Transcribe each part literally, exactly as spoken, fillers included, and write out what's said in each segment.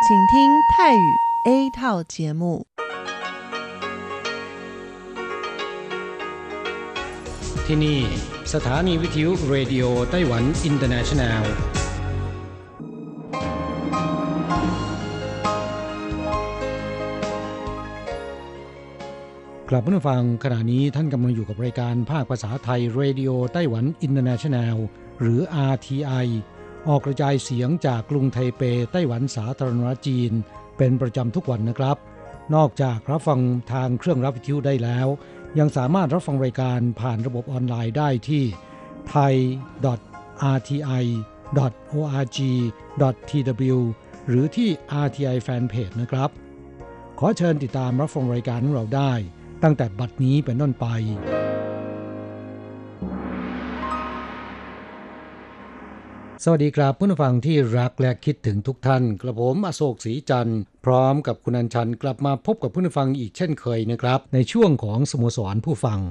请听泰语 A 套节目。 ที่นี่สถานีวิทยุเรดิโอไต้หวันอินเตอร์เนชั่นแนลกลับมาฟังขณะนี้ท่านกำลังอยู่กับรายการภาคภาษาไทยเรดิโอไต้หวันอินเตอร์เนชั่นแนลหรือ อาร์ ที ไอ ออกกระจายเสียงจากกรุงไทเปไต้หวันสาธารณรัฐจีนเป็นประจำทุกวันนะครับนอกจากรับฟังทางเครื่องรับวิทยุได้แล้วยังสามารถรับฟังรายการผ่านระบบออนไลน์ได้ที่ ไทย ดอท อาร์ ที ไอ ดอท โอ อาร์ จี ดอท ที ดับเบิลยู หรือที่ อาร์ ที ไอ Fanpage นะครับขอเชิญติดตามรับฟังรายการของเราได้ตั้งแต่บัดนี้เป็นต้นไปสวัสดีครับผู้ฟังที่รักและคิดถึงทุกท่านกระผมอโศกศรีจันทร์พร้อมกับคุณอัญชันกลับมาพบกับผู้ฟังอีกเช่นเคยนะครับในช่วงของสโมสรผู้ฟัง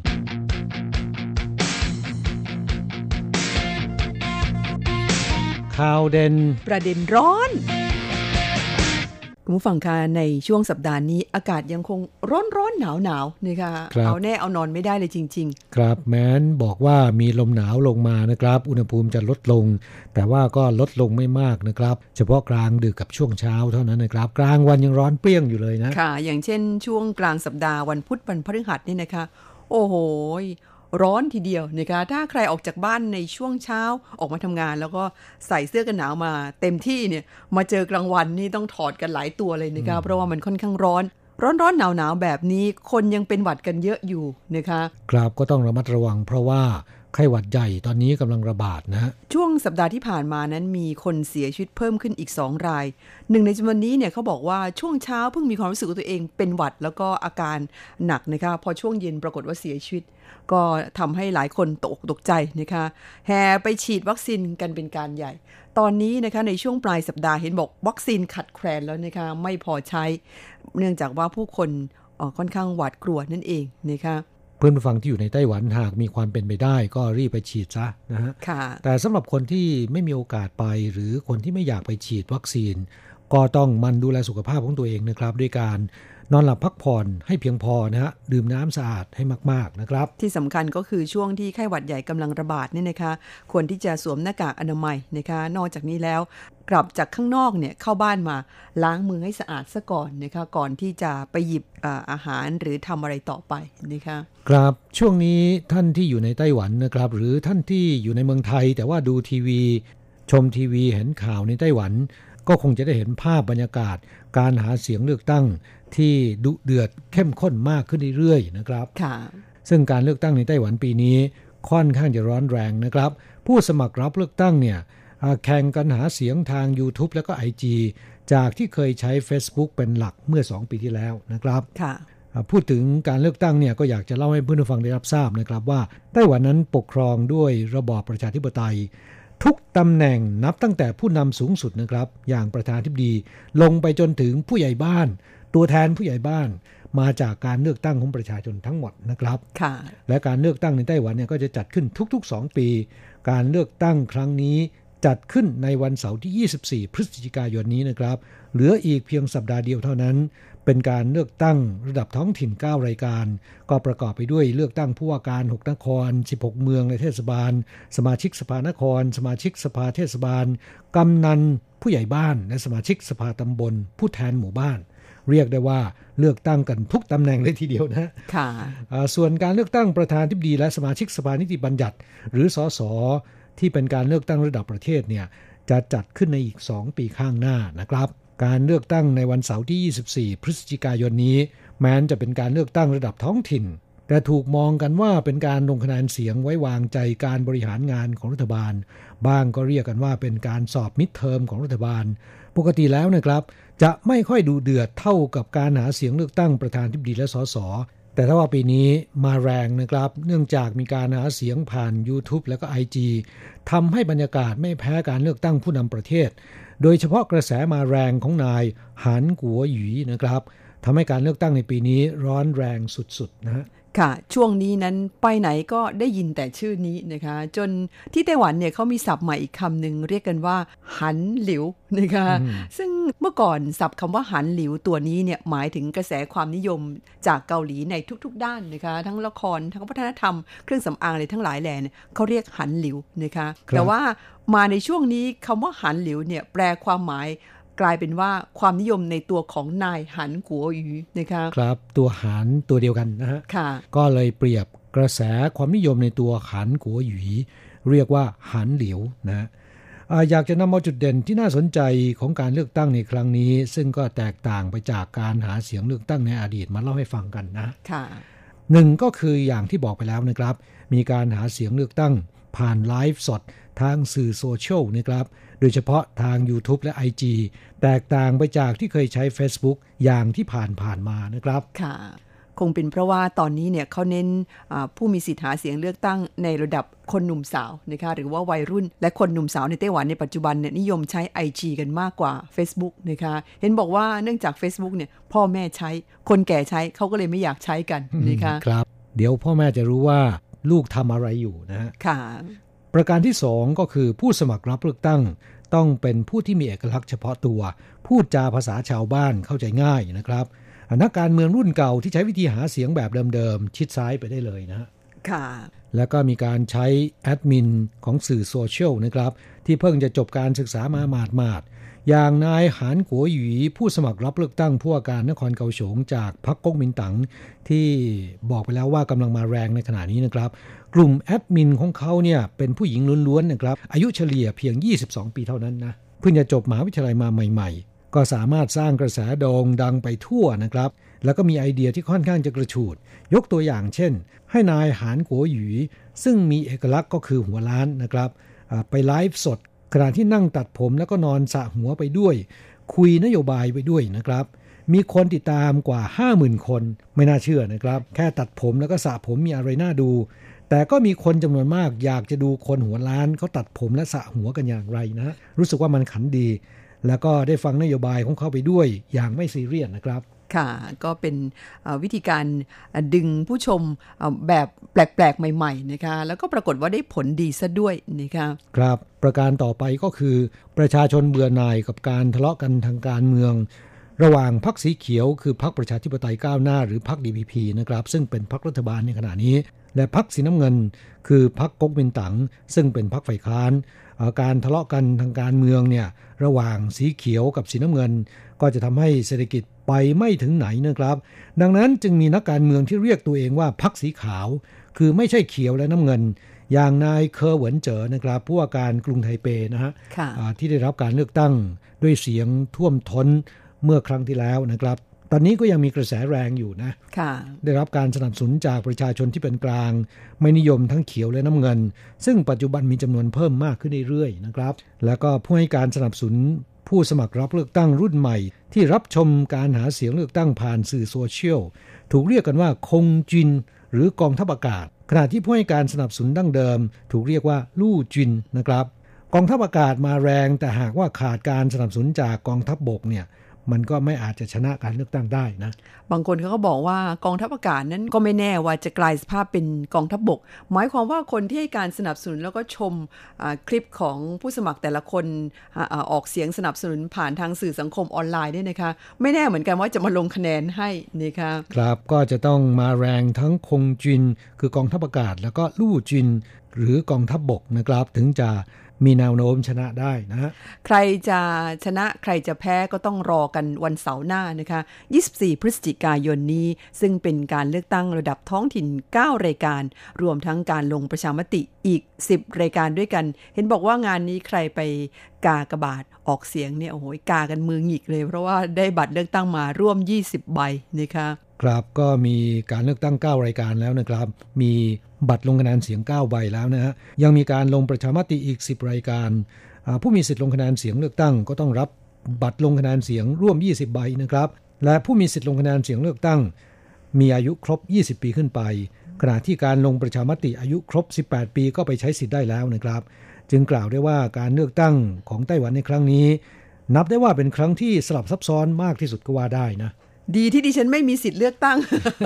ข่าวเด่นประเด็นร้อนคุณผู้ฟังคะในช่วงสัปดาห์นี้อากาศยังคงร้อนร้อนหนาวหนาวนะคะเอาแน่เอานอนไม่ได้เลยจริงๆครับแม้นบอกว่ามีลมหนาวลงมานะครับอุณหภูมิจะลดลงแต่ว่าก็ลดลงไม่มากนะครับเฉพาะกลางดึกกับช่วงเช้าเท่านั้นนะครับกลางวันยังร้อนเปรี้ยงอยู่เลยนะค่ะอย่างเช่นช่วงกลางสัปดาห์วันพุธวันพฤหัสนี่นะคะโอ้โหร้อนทีเดียวนะคะถ้าใครออกจากบ้านในช่วงเช้าออกมาทำงานแล้วก็ใส่เสื้อกันหนาวมาเต็มที่เนี่ยมาเจอกลางวันนี่ต้องถอดกันหลายตัวเลยนะคะเพราะว่ามันค่อนข้างร้อนร้อนร้อนหนาวหนาวแบบนี้คนยังเป็นหวัดกันเยอะอยู่นะคะครับก็ต้องระมัดระวังเพราะว่าไข้หวัดใหญ่ตอนนี้กำลังระบาดนะช่วงสัปดาห์ที่ผ่านมานั้นมีคนเสียชีวิตเพิ่มขึ้นอีกสองรายหนึ่งในจำนวนนี้เนี่ยเขาบอกว่าช่วงเช้าเพิ่งมีความรู้สึกว่าตัวเองเป็นหวัดแล้วก็อาการหนักนะคะพอช่วงเย็นปรากฏว่าเสียชีวิตก็ทำให้หลายคนตกตกใจนะคะแห่ไปฉีดวัคซีนกันเป็นการใหญ่ตอนนี้นะคะในช่วงปลายสัปดาห์เห็นบอกวัคซีนขาดแคลนแล้วนะคะไม่พอใช้เนื่องจากว่าผู้คนค่อนข้างหวาดกลัวนั่นเองนะคะเพื่อนผู้ฟังที่อยู่ในไต้หวันหากมีความเป็นไปได้ก็รีบไปฉีดซะนะฮะแต่สำหรับคนที่ไม่มีโอกาสไปหรือคนที่ไม่อยากไปฉีดวัคซีนก็ต้องมันดูแลสุขภาพของตัวเองนะครับด้วยการนอนหลับพักผ่อนให้เพียงพอนะฮะดื่มน้ำสะอาดให้มากๆนะครับที่สำคัญก็คือช่วงที่ไข้หวัดใหญ่กำลังระบาดนี่นะคะควรที่จะสวมหน้ากากอนามัยนะคะนอกจากนี้แล้วกลับจากข้างนอกเนี่ยเข้าบ้านมาล้างมือให้สะอาดซะก่อนนะคะก่อนที่จะไปหยิบอาหารหรือทำอะไรต่อไปนะคะครับช่วงนี้ท่านที่อยู่ในไต้หวันนะครับหรือท่านที่อยู่ในเมืองไทยแต่ว่าดูทีวีชมทีวีเห็นข่าวในไต้หวันก็คงจะได้เห็นภาพบรรยากาศการหาเสียงเลือกตั้งที่ดุเดือดเข้มข้นมากขึ้นเรื่อยๆนะครับค่ะซึ่งการเลือกตั้งในไต้หวันปีนี้ค่อนข้างจะร้อนแรงนะครับผู้สมัครรับเลือกตั้งเนี่ยแข่งกันหาเสียงทาง YouTube แล้วก็ ไอ จี จากที่เคยใช้ Facebook เป็นหลักเมื่อสองปีที่แล้วนะครับค่ะพูดถึงการเลือกตั้งเนี่ยก็อยากจะเล่าให้เพื่อนผู้ฟังได้รับทราบนะครับว่าไต้หวันนั้นปกครองด้วยระบอบประชาธิปไตยทุกตำแหน่งนับตั้งแต่ผู้นำสูงสุดนะครับอย่างประธานาธิบดีลงไปจนถึงผู้ใหญ่บ้านตัวแทนผู้ใหญ่บ้านมาจากการเลือกตั้งของประชาชนทั้งหมดนะครับค่ะและการเลือกตั้งในไต้หวันเนี่ยก็จะจัดขึ้นทุกๆสองปีการเลือกตั้งครั้งนี้จัดขึ้นในวันเสาร์ที่ยี่สิบสี่พฤศจิกายนนี้นะครับเหลืออีกเพียงสัปดาห์เดียวเท่านั้นเป็นการเลือกตั้งระดับท้องถิ่นเก้ารายการก็ประกอบไปด้วยเลือกตั้งผู้ว่าการหกนครสิบหกเมืองในเทศบาลสมาชิกสภานครสมาชิกสภาเทศบาลกำนันผู้ใหญ่บ้านและสมาชิกสภาตำบลผู้แทนหมู่บ้านเรียกได้ว่าเลือกตั้งกันทุกตำแหน่งเลยทีเดียวนะค่ะส่วนการเลือกตั้งประธานาธิบดีและสมาชิกสภานิติบัญญัติหรือสสที่เป็นการเลือกตั้งระดับประเทศเนี่ยจะจัดขึ้นในอีกสองปีข้างหน้านะครับการเลือกตั้งในวันเสาร์ที่ยี่สิบสี่พฤศจิกายนนี้แม้จะเป็นการเลือกตั้งระดับท้องถิ่นแต่ถูกมองกันว่าเป็นการลงคะแนนเสียงไว้วางใจการบริหารงานของรัฐบาลบ้างก็เรียกกันว่าเป็นการสอบมิดเทอมของรัฐบาลปกติแล้วนะครับจะไม่ค่อยดูเดือดเท่ากับการหาเสียงเลือกตั้งประธานาธิบดีและสสแต่ถ้าว่าปีนี้มาแรงนะครับเนื่องจากมีการหาเสียงผ่าน YouTube แล้วก็ ไอ จี ทำให้บรรยากาศไม่แพ้การเลือกตั้งผู้นำประเทศโดยเฉพาะกระแสมาแรงของนายหานกัวหยีนะครับทำให้การเลือกตั้งในปีนี้ร้อนแรงสุดๆนะฮะค่ะช่วงนี้นั้นไปไหนก็ได้ยินแต่ชื่อนี้นะคะจนที่ไต้หวันเนี่ยเขามีศัพท์ใหม่อีกคำหนึ่งเรียกกันว่าหันหลิวนะคะซึ่งเมื่อก่อนศัพท์คำว่าหันหลิวตัวนี้เนี่ยหมายถึงกระแสความนิยมจากเกาหลีในทุกๆด้านนะคะทั้งละครทั้งวัฒนธรรมเครื่องสำอางอะไรทั้งหลายแหล่เนี่ยเขาเรียกหันหลิวนะคะแต่ว่ามาในช่วงนี้คำว่าหันหลิวเนี่ยแปลความหมายกลายเป็นว่าความนิยมในตัวของนายหันกัวหยูนะคะครับตัวหันตัวเดียวกันนะฮะก็เลยเปรียบกระแสความนิยมในตัวหันกัวหยูเรียกว่าหันหลิวนะอยากจะนำเอาจุดเด่นที่น่าสนใจของการเลือกตั้งในครั้งนี้ซึ่งก็แตกต่างไปจากการหาเสียงเลือกตั้งในอดีตมาเล่าให้ฟังกันนะค่ะหนึ่งก็คืออย่างที่บอกไปแล้วนะครับมีการหาเสียงเลือกตั้งผ่านไลฟ์สดทางสื่อโซเชียลนะครับโดยเฉพาะทาง YouTube และ ไอ จี แตกต่างไปจากที่เคยใช้ Facebook อย่างที่ผ่านๆมานะครับค่ะคงเป็นเพราะว่าตอนนี้เนี่ยเขาเน้นผู้มีสิทธิหาเสียงเลือกตั้งในระดับคนหนุ่มสาวนะคะหรือว่าวัยรุ่นและคนหนุ่มสาวในไต้หวันในปัจจุบันเนี่ยนิยมใช้ ไอ จี กันมากกว่า Facebook นะคะเห็นบอกว่าเนื่องจาก Facebook เนี่ยพ่อแม่ใช้คนแก่ใช้เขาก็เลยไม่อยากใช้กันนะคะครับเดี๋ยวพ่อแม่จะรู้ว่าลูกทำอะไรอยู่นะฮะค่ะประการที่สองก็คือผู้สมัครรับเลือกตั้งต้องเป็นผู้ที่มีเอกลักษณ์เฉพาะตัวพูดจาภาษาชาวบ้านเข้าใจง่ายนะครับนักการเมืองรุ่นเก่าที่ใช้วิธีหาเสียงแบบเดิมๆชิดซ้ายไปได้เลยนะค่ะแล้วก็มีการใช้แอดมินของสื่อโซเชียลนะครับที่เพิ่งจะจบการศึกษามาหมาดๆอย่างนายหานกัวหยีผู้สมัครรับเลือกตั้งผู้ว่าการนครเกาฉงจากพรรคก๊กมินตั๋งที่บอกไปแล้วว่ากำลังมาแรงในขณะนี้นะครับกลุ่มแอดมินของเขาเนี่ยเป็นผู้หญิงล้วนๆนะครับอายุเฉลี่ยเพียงยี่สิบสองปีเท่านั้นนะเพิ่งจะจบมหาวิทยาลัยมาใหม่ๆก็สามารถสร้างกระแสโด่งดังไปทั่วนะครับแล้วก็มีไอเดียที่ค่อนข้างจะกระฉูดยกตัวอย่างเช่นให้นายหานกัวหยีซึ่งมีเอกลักษณ์ก็คือหัวล้านนะครับไปไลฟ์สดขณะที่นั่งตัดผมแล้วก็นอนสระหัวไปด้วยคุยนโยบายไปด้วยนะครับมีคนติดตามกว่า ห้าหมื่น คนไม่น่าเชื่อนะครับแค่ตัดผมแล้วก็สระผมมีอะไรน่าดูแต่ก็มีคนจำนวนมากอยากจะดูคนหัวล้านเขาตัดผมและสระหัวกันอย่างไรนะรู้สึกว่ามันขันดีแล้วก็ได้ฟังนโยบายของเขาไปด้วยอย่างไม่ซีเรียสนะครับค่ะก็เป็นวิธีการดึงผู้ชมแบบแปลกๆใหม่ๆนะคะแล้วก็ปรากฏว่าได้ผลดีซะด้วยนะคะครับประการต่อไปก็คือประชาชนเบื่อหน่ายกับการทะเลาะกันทางการเมืองระหว่างพรรคสีเขียวคือพรรคประชาธิปไตยก้าวหน้าหรือพรรค ดี พี พี นะครับซึ่งเป็นพรรครัฐบาลในขณะนี้และพรรคสีน้ำเงินคือพรรคก๊กมินตั๋งซึ่งเป็นพรรคฝ่ายค้านการทะเลาะกันทางการเมืองเนี่ยระหว่างสีเขียวกับสีน้ำเงินก็จะทำให้เศรษฐกิจไปไม่ถึงไหนนะครับดังนั้นจึงมีนักการเมืองที่เรียกตัวเองว่าพรรคสีขาวคือไม่ใช่เขียวและน้ำเงินอย่างนายเคอเหวินเจ๋อนะครับผู้ว่าการกรุงไทเปนะฮะที่ได้รับการเลือกตั้งด้วยเสียงท่วมท้นเมื่อครั้งที่แล้วนะครับตอนนี้ก็ยังมีกระแสแรงอยู่นะได้รับการสนับสนุนจากประชาชนที่เป็นกลางไม่นิยมทั้งเขียวและน้ำเงินซึ่งปัจจุบันมีจำนวนเพิ่มมากขึ้นเรื่อยๆนะครับแล้วก็ผู้ให้การสนับสนุนผู้สมัครรับเลือกตั้งรุ่นใหม่ที่รับชมการหาเสียงเลือกตั้งผ่านสื่อโซเชียลถูกเรียกกันว่าคงจินหรือกองทัพอากาศขณะที่ผู้ให้การสนับสนุนดั้งเดิมถูกเรียกว่าลู่จินนะครับกองทัพอากาศมาแรงแต่หากว่าขาดการสนับสนุนจากกองทัพบกเนี่ยมันก็ไม่อาจจะชนะการเลือกตั้งได้นะบางคนเขาก็บอกว่ากองทัพอากาศนั้นก็ไม่แน่ว่าจะกลายสภาพเป็นกองทัพบกหมายความว่าคนที่ให้การสนับสนุนแล้วก็ชมคลิปของผู้สมัครแต่ละคนออกเสียงสนับสนุนผ่านทางสื่อสังคมออนไลน์เนี่ยนะคะไม่แน่เหมือนกันว่าจะมาลงคะแนนให้นะคะครับก็จะต้องมาแรงทั้งคงจินคือกองทัพอากาศแล้วก็ลู่จินหรือกองทัพบกนะครับถึงจะมีแนวโน้มชนะได้นะใครจะชนะใครจะแพ้ก็ต้องรอกันวันเสาร์หน้านะคะยี่สิบสี่พฤศจิกายนนี้ซึ่งเป็นการเลือกตั้งระดับท้องถิ่นเก้ารายการรวมทั้งการลงประชามติอีกสิบรายการด้วยกันเห็นบอกว่างานนี้ใครไปกากบาทออกเสียงเนี่ยโอ้โหกากันมือหงิกเลยเพราะว่าได้บัตรเลือกตั้งมาร่วมยี่สิบใบนะคะครับก็มีการเลือกตั้งเก้ารายการแล้วนะครับมีบัตรลงคะแนนเสียงเก้าใบแล้วนะฮะยังมีการลงประชามติอีกสิบรายการผู้มีสิทธิ์ลงคะแนนเสียงเลือกตั้งก็ต้องรับบัตรลงคะแนนเสียงร่วมยี่สิบใบนะครับและผู้มีสิทธิ์ลงคะแนนเสียงเลือกตั้งมีอายุครบยี่สิบปีขึ้นไปขณะที่การลงประชามติอายุครบสิบแปดปีก็ไปใช้สิทธิ์ได้แล้วนะครับจึงกล่าวได้ว่าการเลือกตั้งของไต้หวันในครั้งนี้นับได้ว่าเป็นครั้งที่สลับซับซ้อนมากที่สุดก็ว่าได้นะดีที่ดิฉันไม่มีสิทธิ์เลือกตั้ง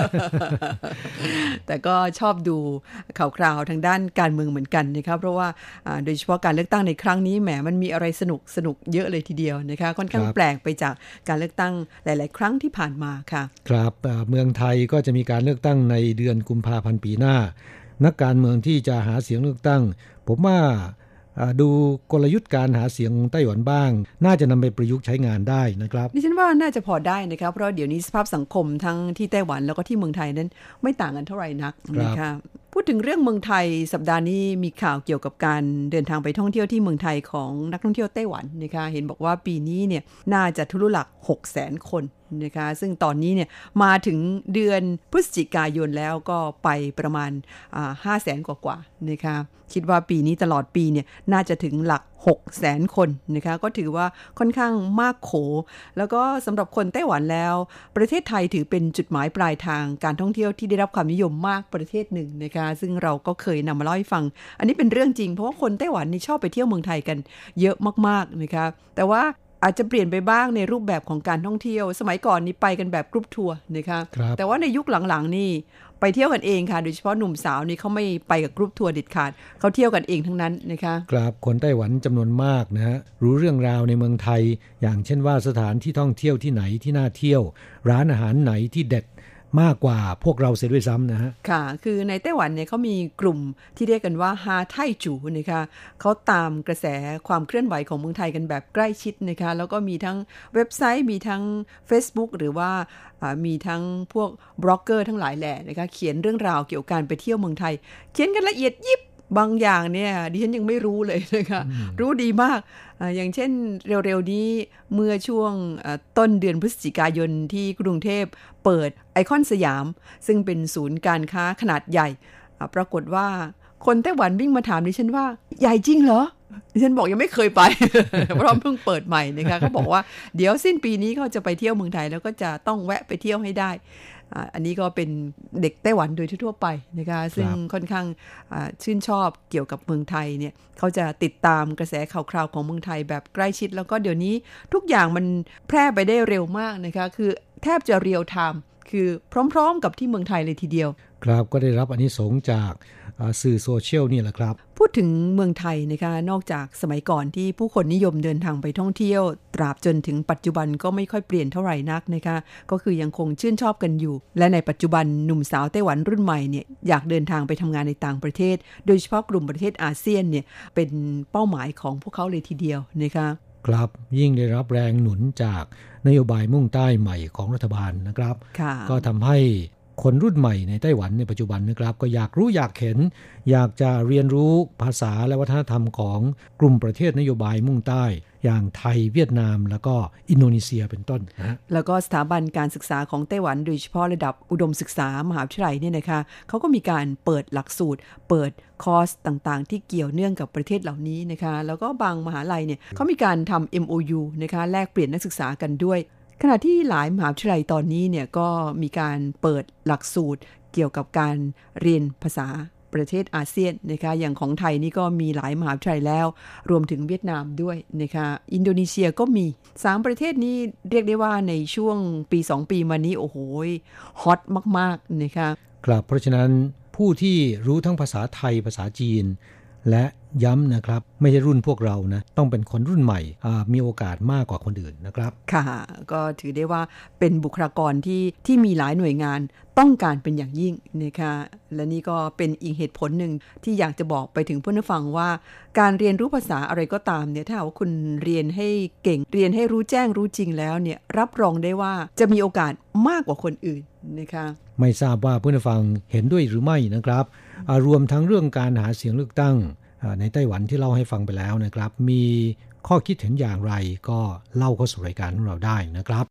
แต่ก็ชอบดูข่าวคราวทางด้านการเมืองเหมือนกันนะครับเพราะว่าโดยเฉพาะการเลือกตั้งในครั้งนี้แหมมันมีอะไรสนุกสนุกเยอะเลยทีเดียวนะคะค่อนข้างแปลกไปจากการเลือกตั้งหลายๆครั้งที่ผ่านมาค่ะครับเมืองไทยก็จะมีการเลือกตั้งในเดือนกุมภาพันธ์ปีหน้านักการเมืองที่จะหาเสียงเลือกตั้งผมว่าดูกลยุทธ์การหาเสียงของไต้หวันบ้างน่าจะนำไปประยุกต์ใช้งานได้นะครับดิฉันว่าน่าจะพอได้นะครับเพราะเดี๋ยวนี้สภาพสังคมทั้งที่ไต้หวันแล้วก็ที่เมืองไทยนั้นไม่ต่างกันเท่าไหร่นักนะคะพูดถึงเรื่องเมืองไทยสัปดาห์นี้มีข่าวเกี่ยวกับการเดินทางไปท่องเที่ยวที่เมืองไทยของนักท่องเที่ยวไต้หวันนะคะเห็นบอกว่าปีนี้เนี่ยน่าจะทะลุหลัก หกแสน คนนะคะซึ่งตอนนี้เนี่ยมาถึงเดือนพฤศจิกายนแล้วก็ไปประมาณอ่า ห้าแสน กว่าๆนะคะคิดว่าปีนี้ตลอดปีเนี่ยน่าจะถึงหลัก หกแสน คนนะคะก็ถือว่าค่อนข้างมากโขแล้วก็สำหรับคนไต้หวันแล้วประเทศไทยถือเป็นจุดหมายปลายทางการท่องเที่ยวที่ได้รับความนิยมมากประเทศหนึ่งนะคะซึ่งเราก็เคยนำมาเล่าให้ฟังอันนี้เป็นเรื่องจริงเพราะว่าคนไต้หวันนี่ชอบไปเที่ยวเมืองไทยกันเยอะมากๆนะคะแต่ว่าอาจจะเปลี่ยนไปบ้างในรูปแบบของการท่องเที่ยวสมัยก่อนนี่ไปกันแบบกรุ๊ปทัวร์นะคะแต่ว่าในยุคหลังๆนี่ไปเที่ยวกันเองค่ะโดยเฉพาะหนุ่มสาวนี่เขาไม่ไปกับกรุ๊ปทัวร์เด็ดขาดเขาเที่ยวกันเองทั้งนั้นนะคะครับคนไต้หวันจำนวนมากนะฮะรู้เรื่องราวในเมืองไทยอย่างเช่นว่าสถานที่ท่องเที่ยวที่ไหนที่น่าเที่ยวร้านอาหารไหนที่เด็ดมากกว่าพวกเราเสียด้วยซ้ำนะฮะค่ะคือในไต้หวันเนี่ยเขามีกลุ่มที่เรียกกันว่าฮาไทจูนะคะเขาตามกระแสความเคลื่อนไหวของเมืองไทยกันแบบใกล้ชิดนะคะแล้วก็มีทั้งเว็บไซต์มีทั้ง Facebook หรือว่ามีทั้งพวกบล็อกเกอร์ทั้งหลายแหล่นะคะเขียนเรื่องราวเกี่ยวกับการไปเที่ยวเมืองไทยเขียนกันละเอียดยิบบางอย่างเนี่ยดิฉันยังไม่รู้เลยนะคะรู้ดีมากอย่างเช่นเร็วๆนี้เมื่อช่วงต้นเดือนพฤศจิกายนที่กรุงเทพเปิดไอคอนสยามซึ่งเป็นศูนย์การค้าขนาดใหญ่ปรากฏว่าคนไต้หวันวิ่งมาถามดิฉันว่าใหญ่จริงเหรอดิฉันบอกยังไม่เคยไป เพราะเพิ่งเปิดใหม่นะคะเขาบอกว่าเดี๋ยวสิ้นปีนี้เขาจะไปเที่ยวเมืองไทยแล้วก็จะต้องแวะไปเที่ยวให้ได้อันนี้ก็เป็นเด็กไต้หวันโดยทั่วไปนะคะซึ่งค่อนข้างชื่นชอบเกี่ยวกับเมืองไทยเนี่ยเขาจะติดตามกระแสข่าวคราวของเมืองไทยแบบใกล้ชิดแล้วก็เดี๋ยวนี้ทุกอย่างมันแพร่ไปได้เร็วมากนะคะคือแทบจะเรียลไทม์คือพร้อมๆกับที่เมืองไทยเลยทีเดียวครับก็ได้รับอานิสงส์จากสื่อโซเชียลนี่แหละครับพูดถึงเมืองไทยนะคะนอกจากสมัยก่อนที่ผู้คนนิยมเดินทางไปท่องเที่ยวตราบจนถึงปัจจุบันก็ไม่ค่อยเปลี่ยนเท่าไหร่นักนะคะก็คือยังคงชื่นชอบกันอยู่และในปัจจุบันหนุ่มสาวไต้หวันรุ่นใหม่เนี่ยอยากเดินทางไปทำงานในต่างประเทศโดยเฉพาะกลุ่มประเทศอาเซียนเนี่ยเป็นเป้าหมายของพวกเขาเลยทีเดียวนะคะครับยิ่งได้รับแรงหนุนจากนโยบายมุ่งใต้ใหม่ของรัฐบาลนะครับก็ทำให้คนรุ่นใหม่ในไต้หวันในปัจจุบันนะครับก็อยากรู้อยากเห็นอยากจะเรียนรู้ภาษาและวัฒนธรรมของกลุ่มประเทศนโยบายมุ่งใต้อย่างไทยเวียดนามแล้วก็อินโดนีเซียเป็นต้นนะแล้วก็สถาบันการศึกษาของไต้หวันโดยเฉพาะระดับอุดมศึกษามหาวิทยาลัยเนี่ยนะคะเขาก็มีการเปิดหลักสูตรเปิดคอร์สต่างๆที่เกี่ยวเนื่องกับประเทศเหล่านี้นะคะแล้วก็บางมหาลัยเนี่ยเขามีการทำ เอ็ม โอ ยู นะคะแลกเปลี่ยนนักศึกษากันด้วยขณะที่หลายมหาวิทยาลัยตอนนี้เนี่ยก็มีการเปิดหลักสูตรเกี่ยวกับการเรียนภาษาประเทศอาเซียนนะคะอย่างของไทยนี่ก็มีหลายมหาวิทยาลัยแล้วรวมถึงเวียดนามด้วยนะคะอินโดนีเซียก็มีสามประเทศนี้เรียกได้ว่าในช่วงปีสองปีมานี้โอ้โหฮอตมากๆนะคะครับเพราะฉะนั้นผู้ที่รู้ทั้งภาษาไทยภาษาจีนและย้ำนะครับไม่ใช่รุ่นพวกเรานะต้องเป็นคนรุ่นใหม่มีโอกาสมากกว่าคนอื่นนะครับค่ะก็ถือได้ว่าเป็นบุคลากรที่ที่มีหลายหน่วยงานต้องการเป็นอย่างยิ่งนะคะและนี่ก็เป็นอีกเหตุผลหนึ่งที่อยากจะบอกไปถึงผู้ฟังว่าการเรียนรู้ภาษาอะไรก็ตามเนี่ยถ้าว่าคุณเรียนให้เก่งเรียนให้รู้แจ้งรู้จริงแล้วเนี่ยรับรองได้ว่าจะมีโอกาสมากกว่าคนอื่นนะคะไม่ทราบว่าผู้ฟังเห็นด้วยหรือไม่นะครับรวมทั้งเรื่องการหาเสียงเลือกตั้งในไต้หวันที่เล่าให้ฟังไปแล้วนะครับมีข้อคิดเห็นอย่างไรก็เล่าเข้าสู่รายการของเราได้นะครับ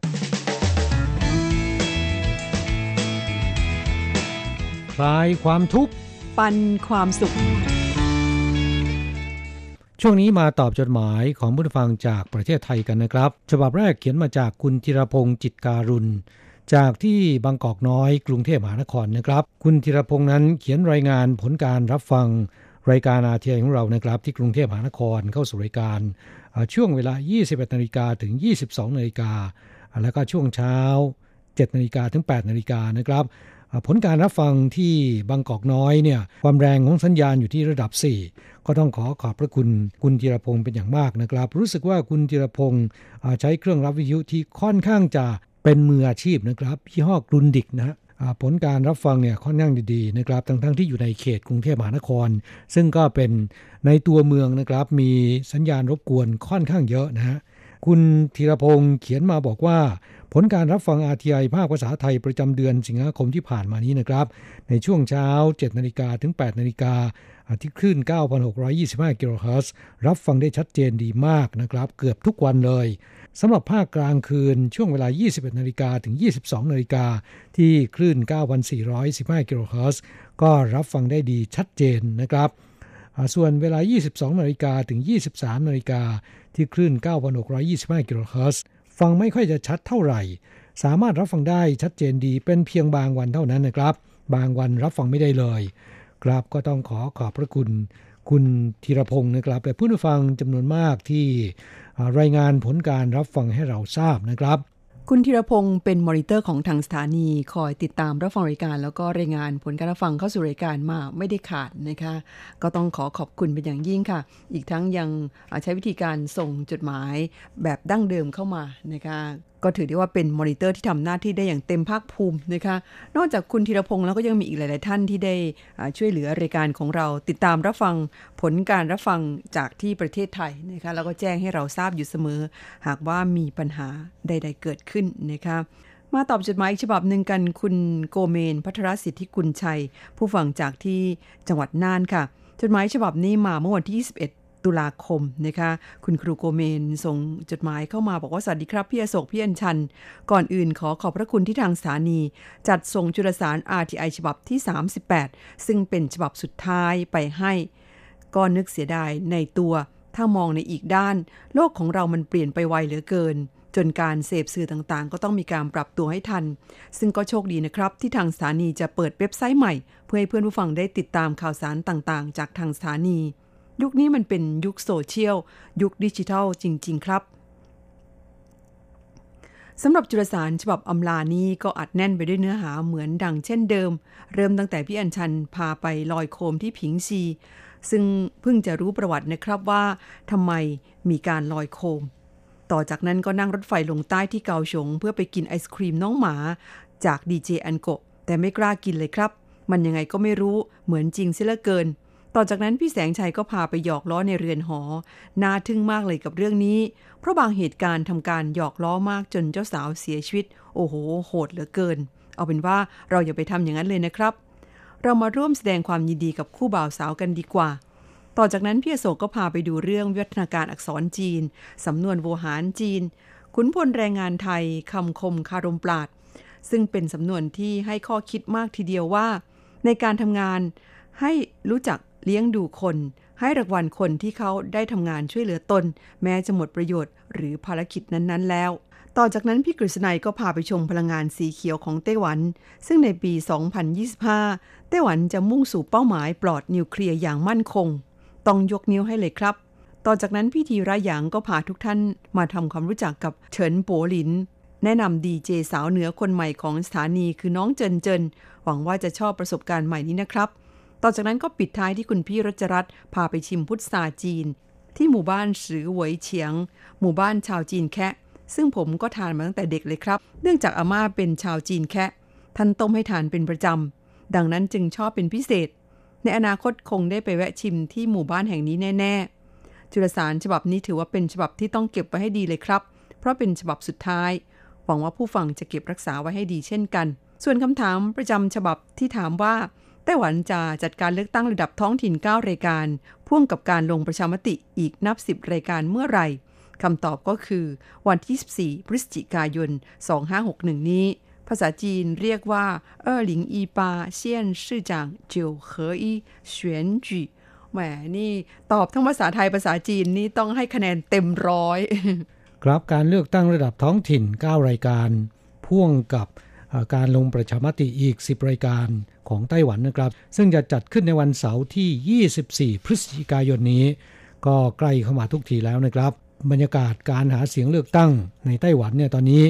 คลายความทุกข์ปันความสุขช่วงนี้มาตอบจดหมายของผู้ฟังจากประเทศไทยกันนะครับฉบับแรกเขียนมาจากคุณธีรพงษ์จิตการุณจากที่บางกอกน้อยกรุงเทพมหานครนะครับคุณธีรพงษ์นั้นเขียนรายงานผลการรับฟังรายการ อาร์ ที ไอ ของเรานะครับที่กรุงเทพมหานครเข้าสู่รายการช่วงเวลา ยี่สิบเอ็ดนาฬิกา ถึง ยี่สิบสองนาฬิกาแล้วก็ช่วงเช้าเจ็ดนาฬิกาถึงแปดนาฬิกานะครับผลการรับฟังที่บางกอกน้อยเนี่ยความแรงของสัญญาณอยู่ที่ระดับสี่ก็ต้องขอขอบพระคุณคุณธีรพงศ์เป็นอย่างมากนะครับรู้สึกว่าคุณธีรพงศ์ใช้เครื่องรับวิทยุที่ค่อนข้างจะเป็นมืออาชีพนะครับยี่ห้อกรุนดิกนะฮะผลการรับฟังเนี่ยค่อนข้างดีๆนะครับทั้งๆที่อยู่ในเขตกรุงเทพมหานครซึ่งก็เป็นในตัวเมืองนะครับมีสัญญาณรบกวนค่อนข้างเยอะนะฮะคุณธีรพงศ์เขียนมาบอกว่าผลการรับฟัง อาร์ ที ไอ ภาคภาษาไทยประจำเดือนสิงหาคมที่ผ่านมานี้นะครับในช่วงเช้า เจ็ดนาฬิกาถึงแปดนาฬิกาที่คลื่น เก้าพันหกร้อยยี่สิบห้า กิโลเฮิรตซ์รับฟังได้ชัดเจนดีมากนะครับเกือบทุกวันเลยสำหรับภาคกลางคืนช่วงเวลา ยี่สิบเอ็ดนาฬิกาถึง ยี่สิบสองนาฬิกาที่คลื่น เก้าพันสี่ร้อยสิบห้า กิโลเฮิรตซ์ก็รับฟังได้ดีชัดเจนนะครับส่วนเวลา ยี่สิบสองนาฬิกาถึง ยี่สิบสามนาฬิกาที่คลื่น เก้าพันหกร้อยยี่สิบห้า กิโลเฮิรตซ์ฟังไม่ค่อยจะชัดเท่าไหร่สามารถรับฟังได้ชัดเจนดีเป็นเพียงบางวันเท่านั้นนะครับบางวันรับฟังไม่ได้เลยครับก็ต้องขอขอบพระคุณคุณธีรพงศ์นะครับและผู้ฟังจำนวนมากที่รายงานผลการรับฟังให้เราทราบนะครับคุณธีรพงศ์เป็นมอนิเตอร์ของทางสถานีคอยติดตามรับฟังรายการแล้วก็รายงานผลการรับฟังเข้าสู่รายการมาไม่ได้ขาดนะคะก็ต้องขอขอบคุณเป็นอย่างยิ่งค่ะอีกทั้งยังใช้วิธีการส่งจดหมายแบบดั้งเดิมเข้ามานะคะก็ถือได้ว่าเป็นมอนิเตอร์ที่ทำหน้าที่ได้อย่างเต็มภาคภูมินะคะนอกจากคุณธีรพงศ์แล้วก็ยังมีอีกหลายๆท่านที่ได้ช่วยเหลือรายการของเราติดตามรับฟังผลการรับฟังจากที่ประเทศไทยนะคะแล้วก็แจ้งให้เราทราบอยู่เสมอหากว่ามีปัญหาใดๆเกิดขึ้นนะคะมาตอบจดหมายอีกฉบับหนึ่งกันคุณโกเมนภัทรสิทธิกุลชัยผู้ฟังจากที่จังหวัดน่านค่ะจดหมายฉบับนี้มาเมื่อวันที่ยี่สิบเอ็ดตุลาคมนะคะคุณครูโกเมนส่งจดหมายเข้ามาบอกว่าสวัสดีครับพี่อโศกพี่อัญชันก่อนอื่นขอขอบพระคุณที่ทางสถานีจัดส่งจุลสาร อาร์ ที ไอ ฉบับที่สามสิบแปดซึ่งเป็นฉบับสุดท้ายไปให้ก็นึกเสียดายในตัวถ้ามองในอีกด้านโลกของเรามันเปลี่ยนไปไวเหลือเกินจนการเสพสื่อต่างๆก็ต้องมีการปรับตัวให้ทันซึ่งก็โชคดีนะครับที่ทางสถานีจะเปิดเว็บไซต์ใหม่เพื่อให้เพื่อนผู้ฟังได้ติดตามข่าวสารต่างๆจากทางสถานียุคนี้มันเป็นยุคโซเชียลยุคดิจิทัลจริงๆครับสำหรับจุลสารฉบับอำลานี้ก็อัดแน่นไปด้วยเนื้อหาเหมือนดังเช่นเดิมเริ่มตั้งแต่พี่อัญชันพาไปลอยโคมที่ผิงซีซึ่งเพิ่งจะรู้ประวัตินะครับว่าทำไมมีการลอยโคมต่อจากนั้นก็นั่งรถไฟลงใต้ที่เกาฉงเพื่อไปกินไอศครีมน้องหมาจากดีเจอันโกะแต่ไม่กล้ากินเลยครับมันยังไงก็ไม่รู้เหมือนจริงเสียเหลือเกินต่อจากนั้นพี่แสงชัยก็พาไปหยอกล้อในเรือนหอน่าทึ่งมากเลยกับเรื่องนี้เพราะบางเหตุการณ์ทำการหยอกล้อมากจนเจ้าสาวเสียชีวิตโอ้โหโหดเหลือเกินเอาเป็นว่าเราอย่าไปทำอย่างนั้นเลยนะครับเรามาร่วมแสดงความยินดีกับคู่บ่าวสาวกันดีกว่าต่อจากนั้นพี่อโศกก็พาไปดูเรื่องวิวัฒนาการอักษรจีนสำนวนโวหารจีนขุนพลแรงงานไทยคำคมคารมปราดซึ่งเป็นสำนวนที่ให้ข้อคิดมากทีเดียวว่าในการทำงานให้รู้จักเลี้ยงดูคนให้รางวัลคนที่เขาได้ทำงานช่วยเหลือตนแม้จะหมดประโยชน์หรือภารกิจนั้นๆแล้วต่อจากนั้นพี่กฤษณัยก็พาไปชมพลังงานสีเขียวของไต้หวันซึ่งในปีสองพันยี่สิบห้าไต้หวันจะมุ่งสู่เป้าหมายปลอดนิวเคลียร์อย่างมั่นคงต้องยกนิ้วให้เลยครับต่อจากนั้นพี่ธีระหยางก็พาทุกท่านมาทำความรู้จักกับเฉินโป๋หลินแนะนำดีเจสาวเหนือคนใหม่ของสถานีคือน้องเจินเจินหวังว่าจะชอบประสบการณ์ใหม่นี้นะครับต่อจากนั้นก็ปิดท้ายที่คุณพี่รัชรัตน์พาไปชิมพุทราจีนที่หมู่บ้านซือเหวยเฉียงหมู่บ้านชาวจีนแคะซึ่งผมก็ทานมาตั้งแต่เด็กเลยครับเนื่องจากอาม่าเป็นชาวจีนแคะท่านต้มให้ทานเป็นประจำดังนั้นจึงชอบเป็นพิเศษในอนาคตคงได้ไปแวะชิมที่หมู่บ้านแห่งนี้แน่ๆจุลสารฉบับนี้ถือว่าเป็นฉบับที่ต้องเก็บไว้ให้ดีเลยครับเพราะเป็นฉบับสุดท้ายหวังว่าผู้ฟังจะเก็บรักษาไว้ให้ดีเช่นกันส่วนคำถามประจำฉบับที่ถามว่าไต้หวันจะจัดการเลือกตั้งระดับท้องถิ่นเก้ารายการพ่วงกับการลงประชามติอีกนับสิบรายการเมื่อไหร่คำตอบก็คือวันที่สิบสี่พฤศจิกายนสองพันห้าร้อยหกสิบเอ็ดนี้ภาษาจีนเรียกว่า二零一八县市长九合一选举แหมนี่ตอบทั้งภาษาไทยภาษาจีนนี่ต้องให้คะแนนเต็มร้อยครับการเลือกตั้งระดับท้องถิ่นเก้ารายการพ่วงกับการลงประชามติอีกสิบรายการของไต้หวันนะครับซึ่งจะจัดขึ้นในวันเสาร์ที่ยี่สิบสี่พฤศจิกายนนี้ก็ใกล้เข้ามาทุกทีแล้วนะครับบรรยากาศการหาเสียงเลือกตั้งในไต้หวันเนี่ยตอนนี้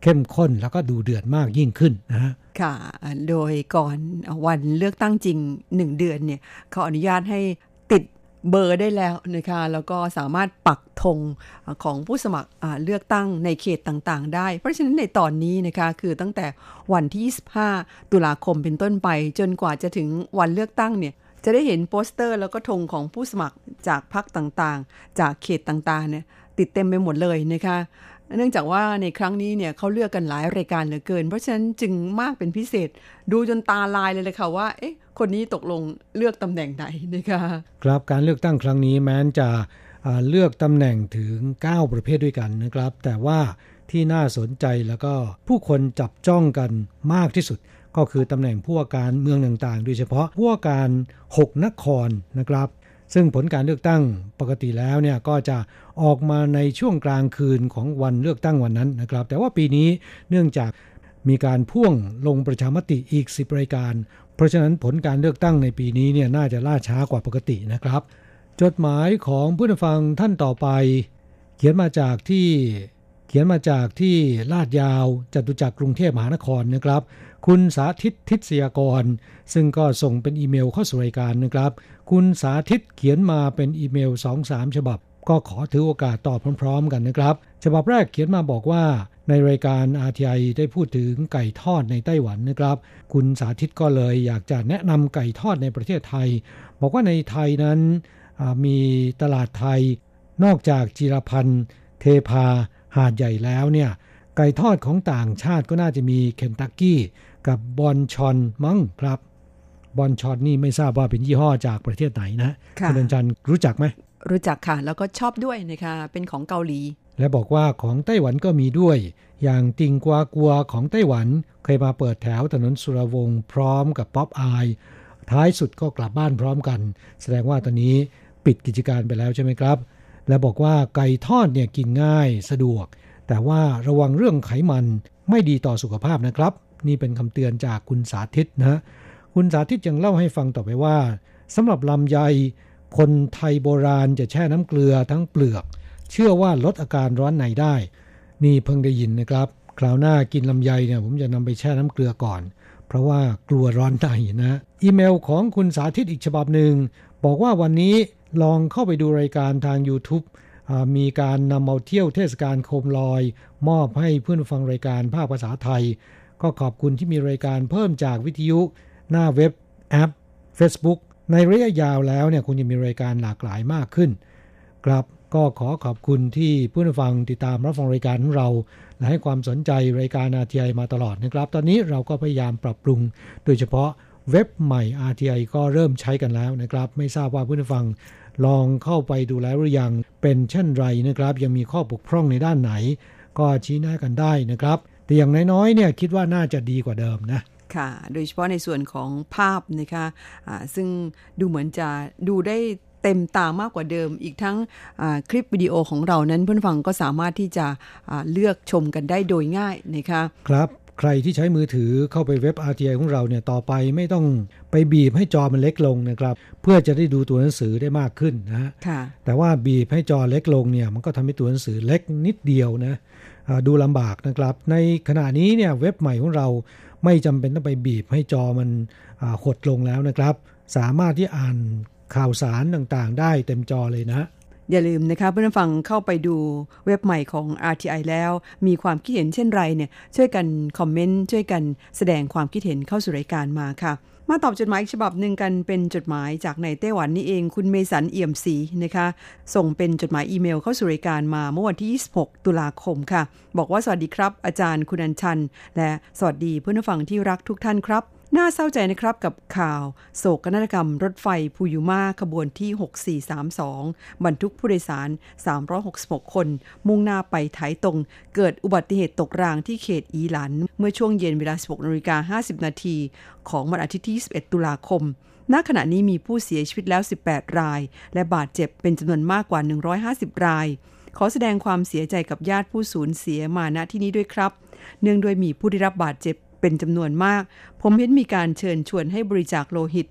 เข้มข้นแล้วก็ดูเดือดมากยิ่งขึ้นนะฮะค่ะโดยก่อนวันเลือกตั้งจริงหนึ่งเดือนเนี่ยเขาอนุญาตให้ติดเบอร์ได้แล้วนะคะแล้วก็สามารถปักธงของผู้สมัครเลือกตั้งในเขตต่างๆได้เพราะฉะนั้นในตอนนี้นะคะคือตั้งแต่วันที่ยี่สิบห้าตุลาคมเป็นต้นไปจนกว่าจะถึงวันเลือกตั้งเนี่ยจะได้เห็นโปสเตอร์แล้วก็ธงของผู้สมัครจากพรรคต่างๆจากเขตต่างๆเนี่ยติดเต็มไปหมดเลยนะคะเนื่องจากว่าในครั้งนี้เนี่ยเขาเลือกกันหลายรายการเหลือเกินเพราะฉะนั้นจึงมากเป็นพิเศษดูจนตาลายเลยเลยค่ะว่าเอ๊ะคนนี้ตกลงเลือกตำแหน่งไหนนะคะครับการเลือกตั้งครั้งนี้แม้นจะเลือกตำแหน่งถึงเก้าประเภทด้วยกันนะครับแต่ว่าที่น่าสนใจแล้วก็ผู้คนจับจ้องกันมากที่สุดก็คือตำแหน่งผู้ว่าการเมืองต่างๆโดยเฉพาะผู้ว่าการหกนครนะครับซึ่งผลการเลือกตั้งปกติแล้วเนี่ยก็จะออกมาในช่วงกลางคืนของวันเลือกตั้งวันนั้นนะครับแต่ว่าปีนี้เนื่องจากมีการพ่วงลงประชามติอีกสิบรายการเพราะฉะนั้นผลการเลือกตั้งในปีนี้เนี่ยน่าจะล่าช้ากว่าปกตินะครับจดหมายของผู้ฟังท่านต่อไปเขียนมาจากที่เขียนมาจากที่ลาดยาวจตุจักรกรุงเทพมหานครนะครับคุณสาธิตทิศยากรซึ่งก็ส่งเป็นอีเมลเข้าสู่รายการนะครับคุณสาธิตเขียนมาเป็นอีเมล สองถึงสาม ฉบับก็ขอถือโอกาสตอบพร้อมๆกันนะครับฉบับแรกเขียนมาบอกว่าในรายการ อาร์ ที ไอ ได้พูดถึงไก่ทอดในไต้หวันนะครับคุณสาธิตก็เลยอยากจะแนะนำไก่ทอดในประเทศไทยบอกว่าในไทยนั้นมีตลาดไทยนอกจากจิรพันธ์เทพาหาดใหญ่แล้วเนี่ยไก่ทอดของต่างชาติก็น่าจะมีเคนตักกี้กับบอนชอนมั้งครับบอนชอนนี่ไม่ทราบว่าเป็นยี่ห้อจากประเทศไหนนะคุณจันรู้จักไหมรู้จักค่ะแล้วก็ชอบด้วยนะคะเป็นของเกาหลีและบอกว่าของไต้หวันก็มีด้วยอย่างติงกวากัวของไต้หวันเคยมาเปิดแถวถนนสุรวงศ์พร้อมกับป๊อปอายท้ายสุดก็กลับบ้านพร้อมกันแสดงว่าตอนนี้ปิดกิจการไปแล้วใช่ไหมครับและบอกว่าไก่ทอดเนี่ยกินง่ายสะดวกแต่ว่าระวังเรื่องไขมันไม่ดีต่อสุขภาพนะครับนี่เป็นคำเตือนจากคุณสาธิตนะคุณสาธิตยังเล่าให้ฟังต่อไปว่าสำหรับลำไยคนไทยโบราณจะแช่น้ำเกลือทั้งเปลือกเชื่อว่าลดอาการร้อนในได้นี่เพิ่งได้ยินนะครับคราวหน้ากินลำไยเนี่ยผมจะนำไปแช่น้ำเกลือก่อนเพราะว่ากลัวร้อนในนะอีเมลของคุณสาธิตอีกฉบับหนึ่งบอกว่าวันนี้ลองเข้าไปดูรายการทาง YouTube มีการนำเอาเที่ยวเทศกาลโคมลอยมอบให้เพื่อนฟังรายการภาคภาษาไทยก็ขอบคุณที่มีรายการเพิ่มจากวิทยุหน้าเว็บแอป Facebook ในระยะยาวแล้วเนี่ยคงจะมีรายการหลากหลายมากขึ้นครับก็ขอขอบคุณที่ผู้ฟังติดตามรับฟังรายการของเราและให้ความสนใจรายการ อาร์ ที ไอ มาตลอดนะครับตอนนี้เราก็พยายามปรับปรุงโดยเฉพาะเว็บใหม่ อาร์ ที ไอ ก็เริ่มใช้กันแล้วนะครับไม่ทราบว่าผู้ฟังลองเข้าไปดูแล้วหรือยังเป็นเช่นไรนะครับยังมีข้อบกพร่องในด้านไหนก็ชี้แนะกันได้นะครับแต่อย่างน้อยๆเนี่ยคิดว่าน่าจะดีกว่าเดิมนะค่ะโดยเฉพาะในส่วนของภาพนะคะะซึ่งดูเหมือนจะดูได้เต็มตามากกว่าเดิมอีกทั้งคลิปวิดีโอของเรานั้นเพื่อนฟังก็สามารถที่จะเลือกชมกันได้โดยง่ายนะคะครับใครที่ใช้มือถือเข้าไปเว็บ อาร์ ที ไอ ของเราเนี่ยต่อไปไม่ต้องไปบีบให้จอมันเล็กลงนะครับเพื่อจะได้ดูตัวหนังสือได้มากขึ้นนะแต่ว่าบีบให้จอเล็กลงเนี่ยมันก็ทำให้ตัวหนังสือเล็กนิดเดียวนะดูลำบากนะครับในขณะนี้เนี่ยเว็บใหม่ของเราไม่จำเป็นต้องไปบีบให้จอมันหดลงแล้วนะครับสามารถที่อ่านข่าวสารต่างๆได้เต็มจอเลยนะอย่าลืมนะคะเพื่อนฟังเข้าไปดูเว็บใหม่ของ อาร์ ที ไอ แล้วมีความคิดเห็นเช่นไรเนี่ยช่วยกันคอมเมนต์ช่วยกันแสดงความคิดเห็นเข้าสู่รายการมาค่ะมาตอบจดหมายฉบับหนึ่งกันเป็นจดหมายจากในไต้หวันนี่เองคุณเมสันเอี่ยมศรีนะคะส่งเป็นจดหมายอีเมลเข้าสู่รายการมาเมื่อวันที่ยี่สิบหกตุลาคมค่ะบอกว่าสวัสดีครับอาจารย์คุณอัญชันและสวัสดีเพื่อนฟังที่รักทุกท่านครับน่าเศร้าใจนะครับกับข่าวโศกนาฏกรรมรถไฟฟูยุมาขบวนที่หกสี่สามสองบรรทุกผู้โดยสารสามร้อยหกสิบหกคนมุ่งหน้าไปไถตงเกิดอุบัติเหตุตกรางที่เขตอีหลันเมื่อช่วงเย็นเวลา สิบหกนาฬิกาห้าสิบนาทีของวันอาทิตย์ที่ยี่สิบเอ็ดตุลาคมณขณะนี้มีผู้เสียชีวิตแล้วสิบแปดรายและบาดเจ็บเป็นจำนวนมากกว่าหนึ่งร้อยห้าสิบรายขอแสดงความเสียใจกับญาติผู้สูญเสียมาณที่นี้ด้วยครับเนื่องด้วยมีผู้ได้รับบาดเจ็บเป็นจำนวนมากผมเห็นมีการเชิญชวนให้บริจาคโลหิต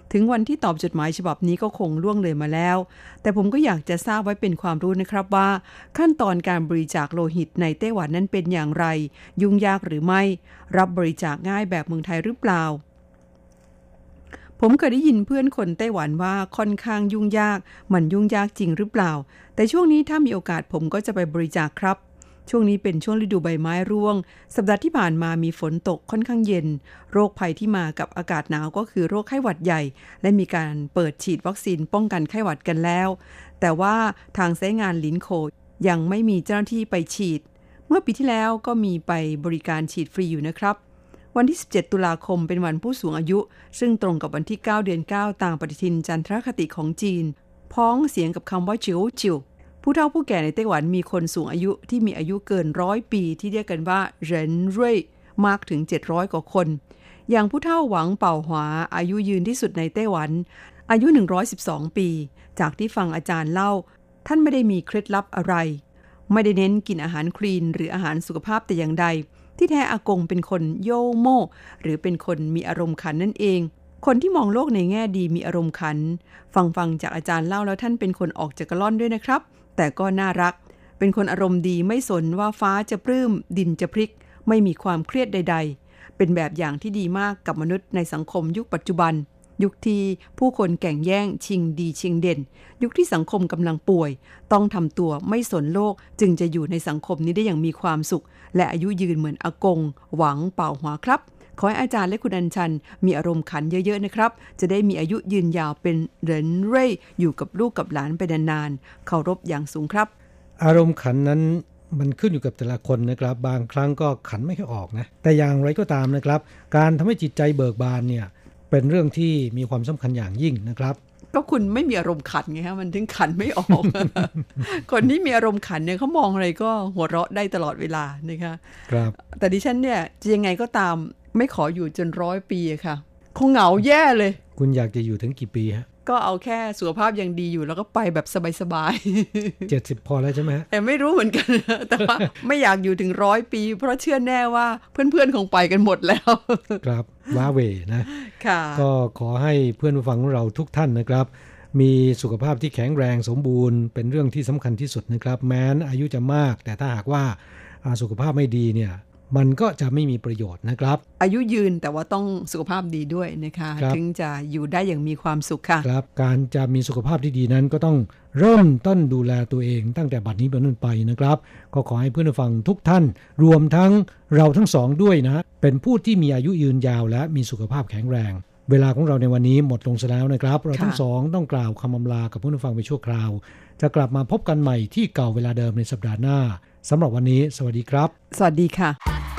ถึงวันที่ตอบจดหมายฉบับนี้ก็คงล่วงเลยมาแล้วแต่ผมก็อยากจะทราบไว้เป็นความรู้นะครับว่าขั้นตอนการบริจาคโลหิตในไต้หวันนั้นเป็นอย่างไรยุ่งยากหรือไม่รับบริจาคง่ายแบบเมืองไทยหรือเปล่าผมเคยได้ยินเพื่อนคนไต้หวันว่าค่อนข้างยุ่งยากมันยุ่งยากจริงหรือเปล่าแต่ช่วงนี้ถ้ามีโอกาสผมก็จะไปบริจาคครับช่วงนี้เป็นช่วงฤดูใบไม้ร่วงสัปดาห์ที่ผ่านมามีฝนตกค่อนข้างเย็นโรคภัยที่มากับอากาศหนาวก็คือโรคไข้หวัดใหญ่และมีการเปิดฉีดวัคซีนป้องกันไข้หวัดกันแล้วแต่ว่าทางสายงานหลินโคยังไม่มีเจ้าหน้าที่ไปฉีดเมื่อปีที่แล้วก็มีไปบริการฉีดฟรีอยู่นะครับวันที่สิบเจ็ดตุลาคมเป็นวันผู้สูงอายุซึ่งตรงกับวันที่เก้าเดือนเก้าตามปฏิทินจันทรคติของจีนพ้องเสียงกับคำว่าจิ๋วจิ๋วผู้เฒ่าผู้แก่ในไต้หวันมีคนสูงอายุที่มีอายุเกินร้อยปีที่เรียกกันว่าเหรินเร่ยมากถึงเจ็ดร้อยกว่าคนอย่างผู้เฒ่าหวังเป่าหวาอายุยืนที่สุดในไต้หวันอายุหนึ่งร้อยสิบสองปีจากที่ฟังอาจารย์เล่าท่านไม่ได้มีเคล็ดลับอะไรไม่ได้เน้นกินอาหารคลีนหรืออาหารสุขภาพแต่อย่างใดที่แท้อากงเป็นคนโยโม่หรือเป็นคนมีอารมณ์ขันนั่นเองคนที่มองโลกในแง่ดีมีอารมณ์ขันฟังฟังจากอาจารย์เล่าแล้วท่านเป็นคนออกจากกระล่อนด้วยนะครับแต่ก็น่ารักเป็นคนอารมณ์ดีไม่สนว่าฟ้าจะปลื้มดินจะพลิกไม่มีความเครียดใดๆเป็นแบบอย่างที่ดีมากกับมนุษย์ในสังคมยุคปัจจุบันยุคที่ผู้คนแข่งแย่งชิงดีชิงเด่นยุคที่สังคมกำลังป่วยต้องทำตัวไม่สนโลกจึงจะอยู่ในสังคมนี้ได้อย่างมีความสุขและอายุยืนเหมือนอากงหวังเป่าหัวครับขอให้อาจารย์และคุณอัญชันมีอารมณ์ขันเยอะๆนะครับจะได้มีอายุยืนยาวเป็นเหรินเร่ยอยู่กับลูกกับหลานไปนานๆเคารพอย่างสูงครับอารมณ์ขันนั้นมันขึ้นอยู่กับแต่ละคนนะครับบางครั้งก็ขันไม่ค่อยออกนะแต่อย่างไรก็ตามนะครับการทำให้จิตใจเบิกบานเนี่ยเป็นเรื่องที่มีความสำคัญอย่างยิ่งนะครับก็คุณไม่มีอารมณ์ขันไงฮะมันถึงขันไม่ออก คนที่มีอารมณ์ขันเนี่ยเขามองอะไรก็หัวเราะได้ตลอดเวลานะคะครับแต่ดิฉันเนี่ยจะยังไงก็ตามไม่ขออยู่จนร้อยปีค่ะคงเหงาแย่เลยคุณอยากจะอยู่ถึงกี่ปีฮะก็เอาแค่สุขภาพยังดีอยู่แล้วก็ไปแบบสบายๆ เจ็ดสิบพอแล้วใช่ไหมฮะแต่ไม่รู้เหมือนกันแต่ว่าไม่อยากอยู่ถึงร้อยปีเพราะเชื่อแน่ว่าเพื่อนๆคงไปกันหมดแล้วครับว้าเวนะค่ะก็ขอให้เพื่อนผู้ฟังของเราทุกท่านนะครับมีสุขภาพที่แข็งแรงสมบูรณ์เป็นเรื่องที่สำคัญที่สุดนะครับแม้นอายุจะมากแต่ถ้าหากว่าสุขภาพไม่ดีเนี่ยมันก็จะไม่มีประโยชน์นะครับอายุยืนแต่ว่าต้องสุขภาพดีด้วยนะคะถึงจะอยู่ได้อย่างมีความสุขค่ะครับการจะมีสุขภาพที่ดีนั้นก็ต้องเริ่มต้นดูแลตัวเองตั้งแต่บัดนี้เป็นต้นไปนะครับก็ขอให้เพื่อนผู้ฟังทุกท่านรวมทั้งเราทั้งสองด้วยนะเป็นผู้ที่มีอายุยืนยาวและมีสุขภาพแข็งแรงเวลาของเราในวันนี้หมดลงซะแล้วนะครับเราทั้งสองต้องกล่าวคำอำลากับเพื่อนผู้ฟังไปชั่วคราวจะกลับมาพบกันใหม่ที่เก่าเวลาเดิมในสัปดาห์หน้าสำหรับวันนี้สวัสดีครับสวัสดีค่ะ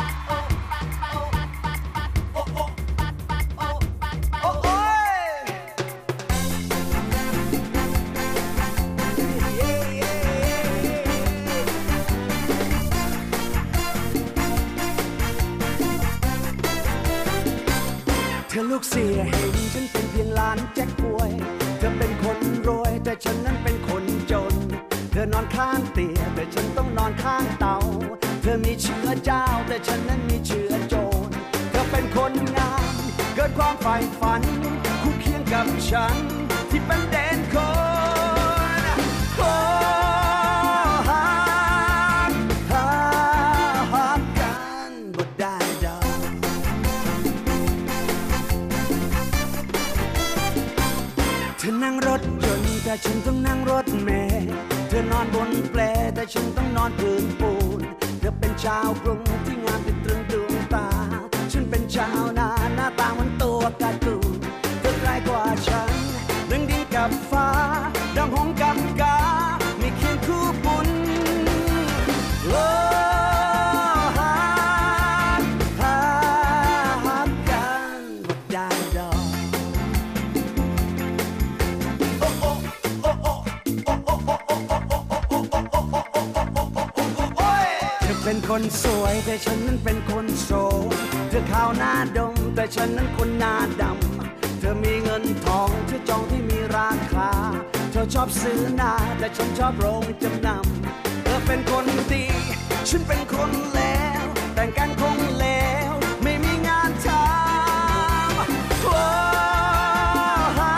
ลูกเสียเห็นฉันเป็นเพียงหลานแจ็คป่วยเธอเป็นคนรวยแต่ฉันนั้นเป็นคนจนเธอนอนข้างเตียงแต่ฉันต้องนอนข้างเตาเธอมีเชื้อเจ้าแต่ฉันนั้นมีเชื้อโจรเธอเป็นคนงามเกิดความใฝ่ฝันคู่เคียงกับฉันที่เป็นแดนคนขอหาหาหากันบ่ได้ดอกเธอนั่งรถยนต์แต่ฉันต้องนั่งรถเมล์เธอนอนบนแปลแต่ฉันต้องนอนพื้นปูนเธอเป็นชาวกรุงที่งามติดตรึงดวงตาฉันเป็นชาวนาหน้าตาเหมือนตัวการ์ตูนเธอไกลกว่าฉันเรื่องดินกับฟ้าดังหงกับกาไม่เคียงคู่บุญโอ้หาหาหากันบ่ได้ดอกเป็นคนสวยแต่ฉันนั้นเป็นคนโสดเธอขาวหน้าดมแต่ฉันนั้นคนหน้าดำเธอมีเงินทองเธอจองที่มีราคาเธอชอบซื้อนาแต่ฉันชอบโรงจำนำเธอเป็นคนดีฉันเป็นคนเลวแต่งกันคงเลวไม่มีงานทำโอ้หา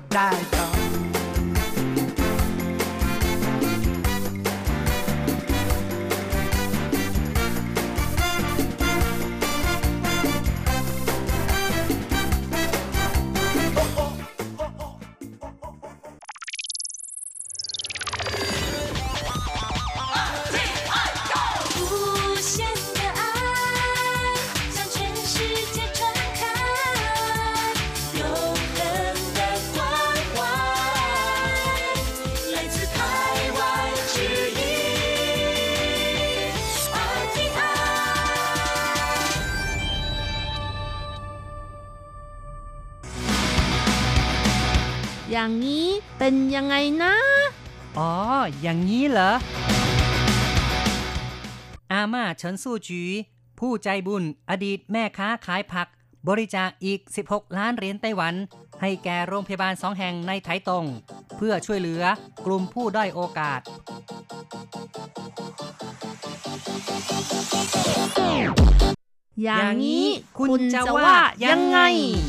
ได้ต่ออย่างนี้เป็นยังไงนะอ๋ออย่างนี้เหรออาม่าเฉินสู้จีผู้ใจบุญอดีตแม่ค้าขายผักบริจาคอีกสิบหกล้านเหรียญไต้หวันให้แก่โรงพยาบาลสองแห่งในไถตงเพื่อช่วยเหลือกลุ่มผู้ด้อยโอกาสอย่างนี้คุณจะว่ายังไง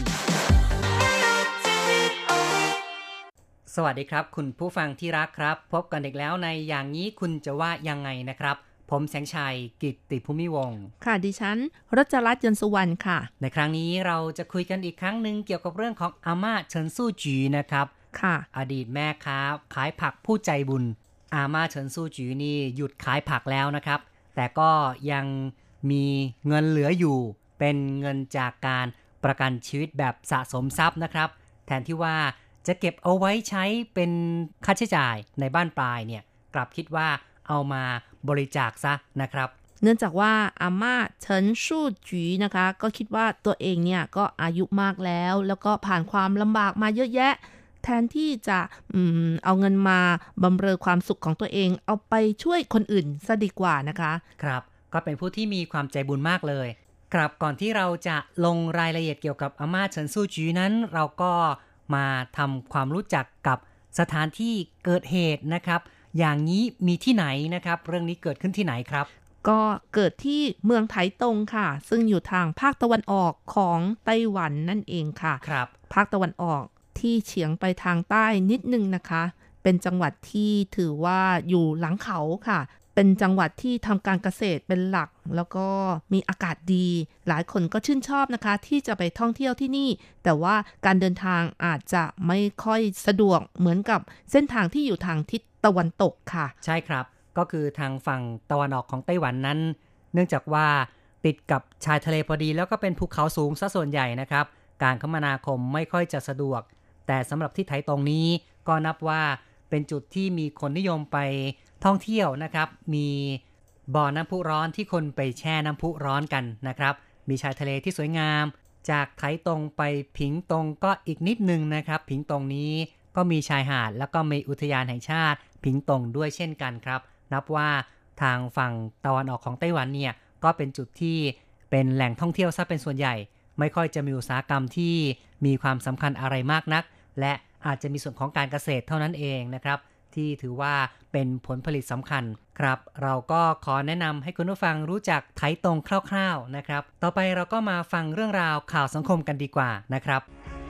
สวัสดีครับคุณผู้ฟังที่รักครับพบกันอีกแล้วในอย่างนี้คุณจะว่ายังไงนะครับผมแสงชัยกิตติภูมิวงศ์ค่ะดิฉันรัชรัตน์ยนต์สุวรรณค่ะในครั้งนี้เราจะคุยกันอีกครั้งหนึ่งเกี่ยวกับเรื่องของอาม่าเฉินสู้จีนะครับค่ะอดีตแม่ค้าขายผักผู้ใจบุญอาม่าเฉินสู้จีนี่หยุดขายผักแล้วนะครับแต่ก็ยังมีเงินเหลืออยู่เป็นเงินจากการประกันชีวิตแบบสะสมทรัพย์นะครับแทนที่ว่าจะเก็บเอาไว้ใช้เป็นค่าใช้จ่ายในบ้านปลายเนี่ยกลับคิดว่าเอามาบริจาคซะนะครับเนื่องจากว่าอาม่าเฉินสู้จีนะคะก็คิดว่าตัวเองเนี่ยก็อายุมากแล้วแล้วก็ผ่านความลำบากมาเยอะแยะแทนที่จะอืมเอาเงินมาบำเรอความสุขของตัวเองเอาไปช่วยคนอื่นซะดีกว่านะคะครับก็เป็นผู้ที่มีความใจบุญมากเลยครับก่อนที่เราจะลงรายละเอียดเกี่ยวกับอาม่าเฉินสู้จีนั้นเราก็มาทำความรู้จักกับสถานที่เกิดเหตุนะครับอย่างนี้มีที่ไหนนะครับเรื่องนี้เกิดขึ้นที่ไหนครับก็เกิดที่เมืองไถตงค่ะซึ่งอยู่ทางภาคตะวันออกของไต้หวันนั่นเองค่ะครับภาคตะวันออกที่เฉียงไปทางใต้นิดนึงนะคะเป็นจังหวัดที่ถือว่าอยู่หลังเขาค่ะเป็นจังหวัดที่ทำการเกษตรเป็นหลักแล้วก็มีอากาศดีหลายคนก็ชื่นชอบนะคะที่จะไปท่องเที่ยวที่นี่แต่ว่าการเดินทางอาจจะไม่ค่อยสะดวกเหมือนกับเส้นทางที่อยู่ทางทิศตะวันตกค่ะใช่ครับก็คือทางฝั่งตะวันออกของไต้หวันนั้นเนื่องจากว่าติดกับชายทะเลพอดีแล้วก็เป็นภูเขาสูงซะส่วนใหญ่นะครับการคมนาคมไม่ค่อยจะสะดวกแต่สำหรับที่ไถตรงนี้ก็นับว่าเป็นจุดที่มีคนนิยมไปท่องเที่ยวนะครับมีบ่อน้ำพุร้อนที่คนไปแช่น้ำพุร้อนกันนะครับมีชายทะเลที่สวยงามจากไถตรงไปผิงตงก็อีกนิดนึงนะครับผิงตงนี้ก็มีชายหาดแล้วก็มีอุทยานแห่งชาติผิงตงด้วยเช่นกันครับนับว่าทางฝั่งตะวันออกของไต้หวันเนี่ยก็เป็นจุดที่เป็นแหล่งท่องเที่ยวซะเป็นส่วนใหญ่ไม่ค่อยจะมีอุตสาหกรรมที่มีความสำคัญอะไรมากนักและอาจจะมีส่วนของการเกษตรเท่านั้นเองนะครับที่ถือว่าเป็นผลผลิตสำคัญครับเราก็ขอแนะนำให้คุณผู้ฟังรู้จักไถตงคร่าวๆนะครับต่อไปเราก็มาฟังเรื่องราวข่าวสังคมกันดีกว่านะครับ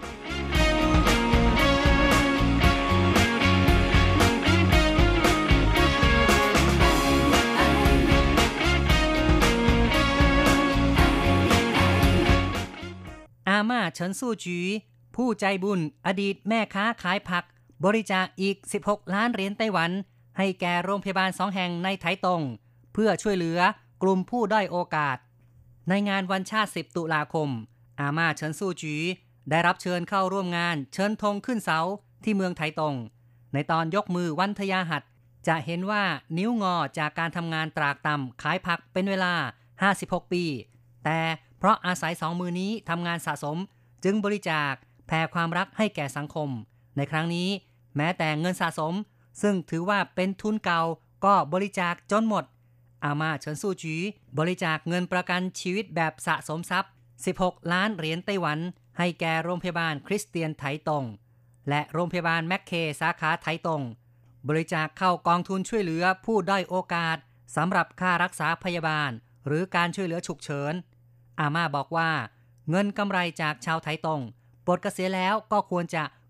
อาม่าเฉินสู้จีผู้ใจบุญอดีตแม่ค้าขายผักบริจาคอีกสิบหกล้านเหรียญไต้หวันให้แก่โรงพยาบาลสองแห่งในไถตงเพื่อช่วยเหลือกลุ่มผู้ด้อยโอกาสในงานวันชาติสิบตุลาคมอาม่าเฉินสู้จีได้รับเชิญเข้าร่วมงานเชิญธงขึ้นเสาที่เมืองไถตงในตอนยกมือวันทยาหัตถ์จะเห็นว่านิ้วงอจากการทำงานตรากตำขายผักเป็นเวลาห้าสิบหกปีแต่เพราะอาศัยสองมือนี้ทำงานสะสมจึงบริจาคแผ่ความรักให้แก่สังคมในครั้งนี้แม้แต่เงินสะสมซึ่งถือว่าเป็นทุนเก่าก็บริจาคจนหมดอาม่าเฉินสู้จีบริจาคเงินประกันชีวิตแบบสะสมทรัพย์สิบหกล้านเหรียญไต้หวันให้แก่โรงพยาบาลคริสเตียนไถตงและโรงพยาบาลแมคเคสาขาไถตงบริจาคเข้ากองทุนช่วยเหลือผู้ด้อยโอกาสสำหรับค่ารักษาพยาบาลหรือการช่วยเหลือฉุกเฉินอาม่าบอกว่าเงินกำไรจากชาวไถตงปลดเกษียณแล้วก็ควรจะ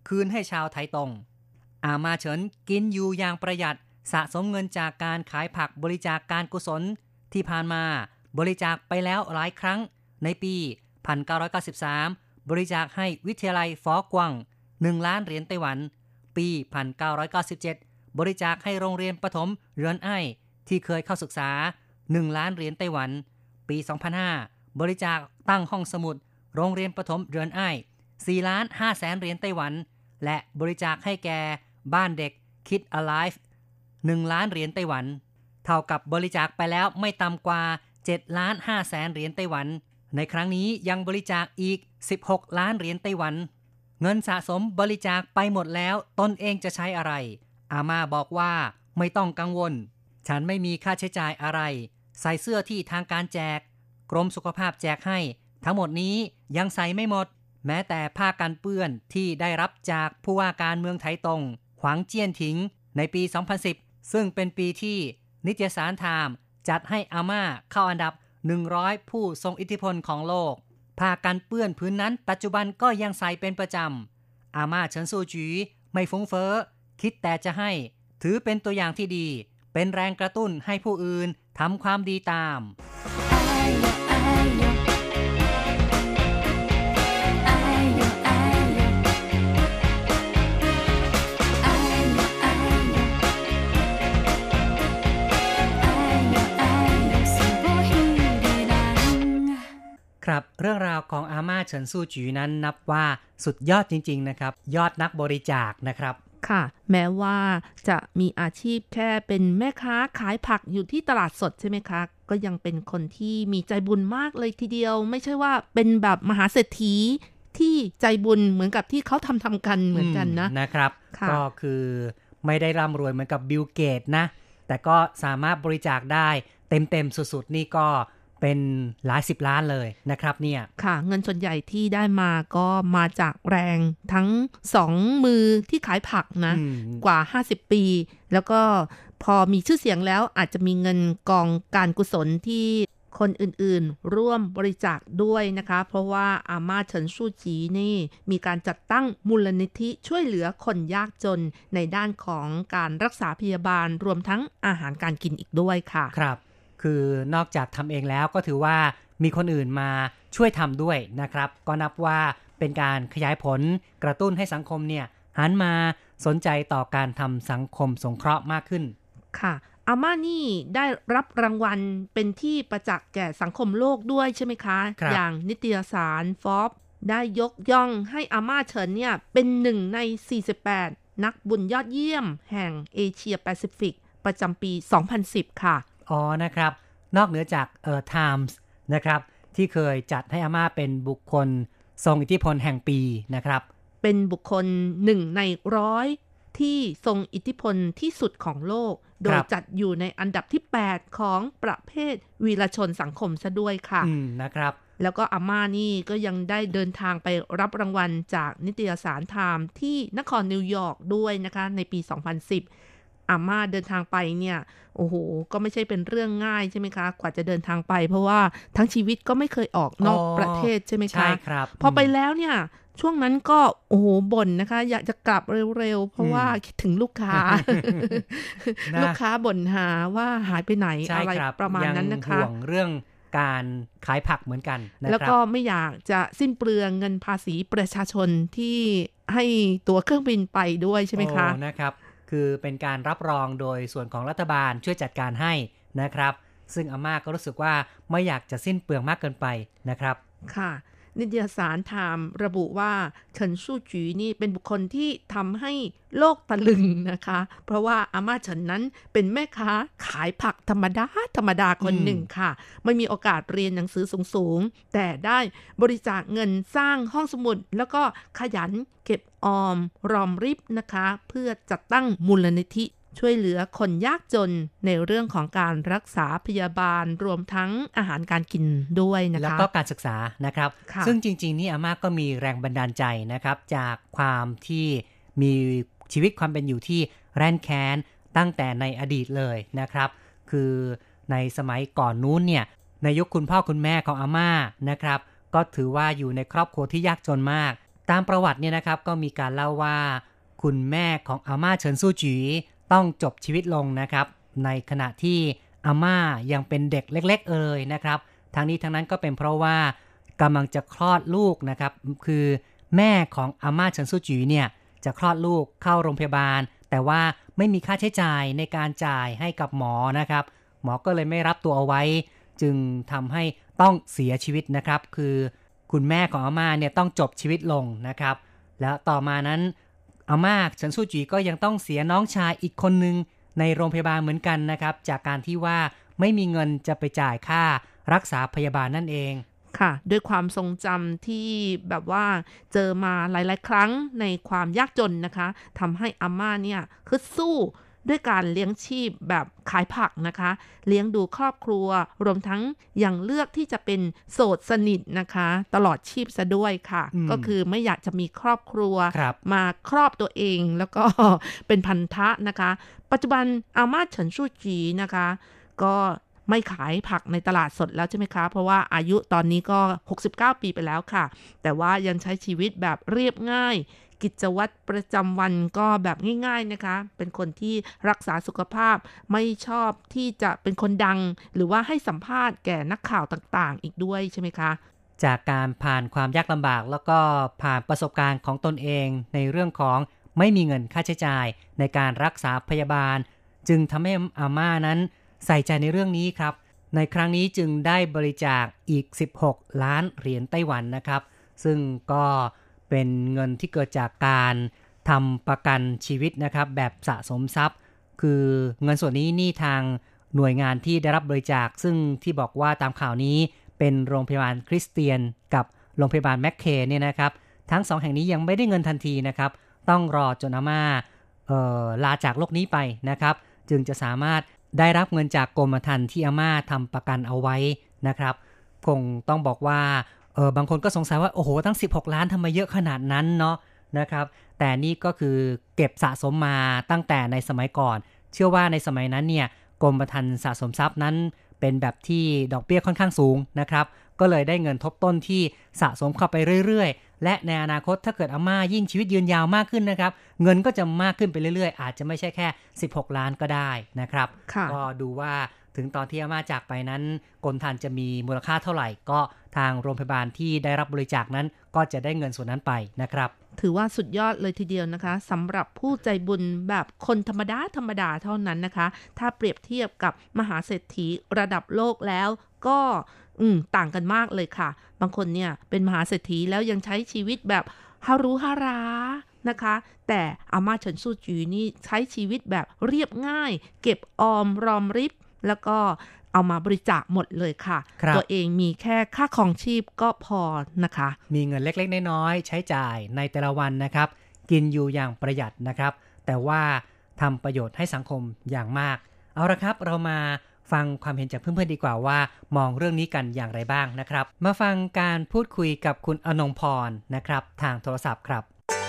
คืนให้ชาวไทตงอาม่าเฉินกินอยู่อย่างประหยัดสะสมเงินจากการขายผักบริจาค ก, การกุศลที่ผ่านมาบริจาคไปแล้วหลายครั้งในปีหนึ่งพันเก้าร้อยเก้าสิบสามบริจาคให้วิทยาลัยฟอกวังหนึ่งล้านเหรียญไต้หวันปีหนึ่งพันเก้าร้อยเก้าสิบเจ็ดบริจาคให้โรงเรียนประถมเรือนไอ้ที่เคยเข้าศึกษาหนึ่งล้านเหรียญไต้หวันปีสองพันห้าบริจาคตั้งห้องสมุดโรงเรียนประถมเรือนไอ้สี่ล้านห้าแสนเหรียญไต้หวันและบริจาคให้แก่บ้านเด็ก Kids Alive หนึ่งล้านเหรียญไต้หวันเท่ากับบริจาคไปแล้วไม่ต่ำกว่าเจ็ดล้านห้าแสนเหรียญไต้หวันในครั้งนี้ยังบริจาคอีกสิบหกล้านเหรียญไต้หวันเงินสะสมบริจาคไปหมดแล้วตนเองจะใช้อะไรอาม่าบอกว่าไม่ต้องกังวลฉันไม่มีค่าใช้จ่ายอะไรใส่เสื้อที่ทางการแจกกรมสุขภาพแจกให้ทั้งหมดนี้ยังใส่ไม่หมดแม้แต่ผ้ากันเปื้อนที่ได้รับจากผู้ว่าการเมืองไถตงหวังเจี้ยนถิงในปีสองพันสิบซึ่งเป็นปีที่นิตยสารไทม์จัดให้อาม่าเข้าอันดับหนึ่งร้อยผู้ทรงอิทธิพลของโลกผ้ากันเปื้อนพื้นนั้นปัจจุบันก็ยังใส่เป็นประจำอาม่าเฉินซูจีไม่ฟุ้งเฟ้อคิดแต่จะให้ถือเป็นตัวอย่างที่ดีเป็นแรงกระตุ้นให้ผู้อื่นทำความดีตามครับเรื่องราวของอาม่าเฉินซูจีนั้นนับว่าสุดยอดจริงๆนะครับยอดนักบริจาคนะครับค่ะแม้ว่าจะมีอาชีพแค่เป็นแม่ค้าขายผักอยู่ที่ตลาดสดใช่ไหมคะก็ยังเป็นคนที่มีใจบุญมากเลยทีเดียวไม่ใช่ว่าเป็นแบบมหาเศรษฐีที่ใจบุญเหมือนกับที่เขาทำทำกันเหมือนกันนะนะครับก็คือไม่ได้ร่ำรวยเหมือนกับบิลเกตนะแต่ก็สามารถบริจาคได้เต็มๆสุดๆนี่ก็เป็นหลายสิบล้านเลยนะครับเนี่ยค่ะเงินส่วนใหญ่ที่ได้มาก็มาจากแรงทั้งสองมือที่ขายผักนะกว่าห้าสิบปีแล้วก็พอมีชื่อเสียงแล้วอาจจะมีเงินกองการกุศลที่คนอื่นๆร่วมบริจาคด้วยนะคะเพราะว่าอาม่าเฉินซูจีนี่มีการจัดตั้งมูลนิธิช่วยเหลือคนยากจนในด้านของการรักษาพยาบาลรวมทั้งอาหารการกินอีกด้วยค่ะครับคือนอกจากทำเองแล้วก็ถือว่ามีคนอื่นมาช่วยทำด้วยนะครับก็นับว่าเป็นการขยายผลกระตุ้นให้สังคมเนี่ยหันมาสนใจต่อการทำสังคมสงเคราะห์มากขึ้นค่ะอาม่านี่ได้รับรางวัลเป็นที่ประจักษ์แก่สังคมโลกด้วยใช่ไหมคะอย่างนิตยสารฟอร์บได้ยกย่องให้อาม่าเฉินเนี่ยเป็นหนึ่งในสี่สิบแปดนักบุญยอดเยี่ยมแห่งเอเชียแปซิฟิกประจำปีสองพันสิบค่ะอ๋อนะครับนอกเหนือจากเอ่อ Times นะครับที่เคยจัดให้อาม่าเป็นบุคคลทรงอิทธิพลแห่งปีนะครับเป็นบุคคลหนึ่งในร้อยที่ทรงอิทธิพลที่สุดของโลกโดยจัดอยู่ในอันดับที่แปดของประเภทวีรชนสังคมซะด้วยค่ะอืมนะครับแล้วก็อาม่านี่ก็ยังได้เดินทางไปรับรางวัลจากนิตยสารไทม์ที่นครนิวยอร์กด้วยนะคะในปีสองพันสิบอาม่าเดินทางไปเนี่ยโอ้โหก็ไม่ใช่เป็นเรื่องง่ายใช่ไหมคะกว่าจะเดินทางไปเพราะว่าทั้งชีวิตก็ไม่เคยออกนอกประเทศใช่ไหมคะใช่ครับพอไปแล้วเนี่ยช่วงนั้นก็โอ้โหบ่นนะคะอยากจะกลับเร็วๆเพราะว่าคิดถึงลูกค้า ลูกค้าบ่นหาว่าหายไปไหนอะไรประมาณนั้นนะคะห่วงเรื่องการขายผักเหมือนกันนะครับแล้วก็ไม่อยากจะสิ้นเปลืองเงินภาษีประชาชนที่ให้ตั๋วเครื่องบินไปด้วยใช่ไหมคะโอ้นะครับคือเป็นการรับรองโดยส่วนของรัฐบาลช่วยจัดการให้นะครับซึ่งอาม่าก็รู้สึกว่าไม่อยากจะสิ้นเปลืองมากเกินไปนะครับค่ะนิตยสารไทม์ระบุว่าเฉินซูจีนี่เป็นบุคคลที่ทำให้โลกตะลึงนะคะเพราะว่าอาม่าเฉินนั้นเป็นแม่ค้าขายผักธรรมดาธรรมดาคนหนึ่งค่ะไม่มีโอกาสเรียนหนังสือสูงๆแต่ได้บริจาคเงินสร้างห้องสมุดแล้วก็ขยันเก็บออมรอมริบนะคะเพื่อจัดตั้งมูลนิธิช่วยเหลือคนยากจนในเรื่องของการรักษาพยาบาลรวมทั้งอาหารการกินด้วยนะคะแล้วก็การศึกษานะครับซึ่งจริงๆนี่อาม่าก็มีแรงบันดาลใจนะครับจากความที่มีชีวิตความเป็นอยู่ที่แร้นแค้นตั้งแต่ในอดีตเลยนะครับคือในสมัยก่อนนู้นเนี่ยในยุคคุณพ่อคุณแม่ของอาม่านะครับก็ถือว่าอยู่ในครอบครัวที่ยากจนมากตามประวัติเนี่ยนะครับก็มีการเล่าว่าคุณแม่ของอาม่าเฉินซู่จีต้องจบชีวิตลงนะครับในขณะที่อาม่ายังเป็นเด็กเล็กๆเอ่ยนะครับทั้งนี้ทั้งนั้นก็เป็นเพราะว่ากำลังจะคลอดลูกนะครับคือแม่ของอาม่าเฉินซู่จีเนี่ยจะคลอดลูกเข้าโรงพยาบาลแต่ว่าไม่มีค่าใช้จ่ายในการจ่ายให้กับหมอนะครับหมอก็เลยไม่รับตัวเอาไว้จึงทำให้ต้องเสียชีวิตนะครับคือคุณแม่ของอาม่าเนี่ยต้องจบชีวิตลงนะครับแล้วต่อมานั้นอาม่าเฉินซู่จีก็ยังต้องเสียน้องชายอีกคนนึงในโรงพยาบาลเหมือนกันนะครับจากการที่ว่าไม่มีเงินจะไปจ่ายค่ารักษาพยาบาลนั่นเองค่ะด้วยความทรงจำที่แบบว่าเจอมาหลายๆครั้งในความยากจนนะคะทำให้อาม่าเนี่ยคึดสู้ด้วยการเลี้ยงชีพแบบขายผักนะคะเลี้ยงดูครอบครัวรวมทั้งยังเลือกที่จะเป็นโสดสนิทนะคะตลอดชีพซะด้วยค่ะก็คือไม่อยากจะมีครอบครัวมาครอบตัวเองแล้วก็เป็นพันธะนะคะปัจจุบันอาม่าเฉินซู่จีนะคะก็ไม่ขายผักในตลาดสดแล้วใช่ไหมคะเพราะว่าอายุตอนนี้ก็หกสิบเก้าปีไปแล้วค่ะแต่ว่ายังใช้ชีวิตแบบเรียบง่ายกิจวัตรประจำวันก็แบบง่ายๆนะคะเป็นคนที่รักษาสุขภาพไม่ชอบที่จะเป็นคนดังหรือว่าให้สัมภาษณ์แก่นักข่าวต่างๆอีกด้วยใช่ไหมคะจากการผ่านความยากลำบากแล้วก็ผ่านประสบการณ์ของตนเองในเรื่องของไม่มีเงินค่าใช้จ่ายในการรักษาพยาบาลจึงทำให้อาม่านั้นใส่ใจในเรื่องนี้ครับในครั้งนี้จึงได้บริจาคอีกสิบหกล้านเหรียญไต้หวันนะครับซึ่งก็เป็นเงินที่เกิดจากการทำประกันชีวิตนะครับแบบสะสมทรัพย์คือเงินส่วนนี้นี่ทางหน่วยงานที่ได้รับบริจาคซึ่งที่บอกว่าตามข่าวนี้เป็นโรงพยาบาลคริสเตียนกับโรงพยาบาลแมคเคเนี่ยนะครับทั้งสองแห่งนี้ยังไม่ได้เงินทันทีนะครับต้องรอจนอาม่าเอ่อลาจากโลกนี้ไปนะครับจึงจะสามารถได้รับเงินจากกรมธรรม์ที่อาม่าทำประกันเอาไว้นะครับคงต้องบอกว่าเออบางคนก็สงสัยว่าโอ้โหตั้งสิบหกล้านทำไมเยอะขนาดนั้นเนาะนะครับแต่นี่ก็คือเก็บสะสมมาตั้งแต่ในสมัยก่อนเชื่อว่าในสมัยนั้นเนี่ยกรมธรรม์สะสมทรัพย์นั้นเป็นแบบที่ดอกเบี้ยค่อนข้างสูงนะครับก็เลยได้เงินทบต้นที่สะสมเข้าไปเรื่อยๆและในอนาคตถ้าเกิดอาม่ายิ่งชีวิตยืนยาวมากขึ้นนะครับเงินก็จะมากขึ้นไปเรื่อยๆอาจจะไม่ใช่แค่สิบหกล้านก็ได้นะครับก็ดูว่าถึงตอนที่อาม่าจากไปนั้นกรมธรรม์จะมีมูลค่าเท่าไหร่ก็ทางโรงพยาบาลที่ได้รับบริจาคนั้นก็จะได้เงินส่วนนั้นไปนะครับถือว่าสุดยอดเลยทีเดียวนะคะสำหรับผู้ใจบุญแบบคนธรรมดาธรรมดาเท่านั้นนะคะถ้าเปรียบเทียบกับมหาเศรษฐีระดับโลกแล้วก็อืมต่างกันมากเลยค่ะบางคนเนี่ยเป็นมหาเศรษฐีแล้วยังใช้ชีวิตแบบฮารุฮารานะคะแต่อาม่าเฉินซู่จีนี่ใช้ชีวิตแบบเรียบง่ายเก็บออมรอมริบแล้วก็เอามาบริจาคหมดเลยค่ะตัวเองมีแค่ค่าครองชีพก็พอนะคะมีเงินเล็กๆน้อยๆใช้จ่ายในแต่ละวันนะครับกินอยู่อย่างประหยัดนะครับแต่ว่าทำประโยชน์ให้สังคมอย่างมากเอาละครับเรามาฟังความเห็นจากเพื่อนๆดีกว่าว่ามองเรื่องนี้กันอย่างไรบ้างนะครับมาฟังการพูดคุยกับคุณอนงพรนะครับทางโทรศัพท์ครับ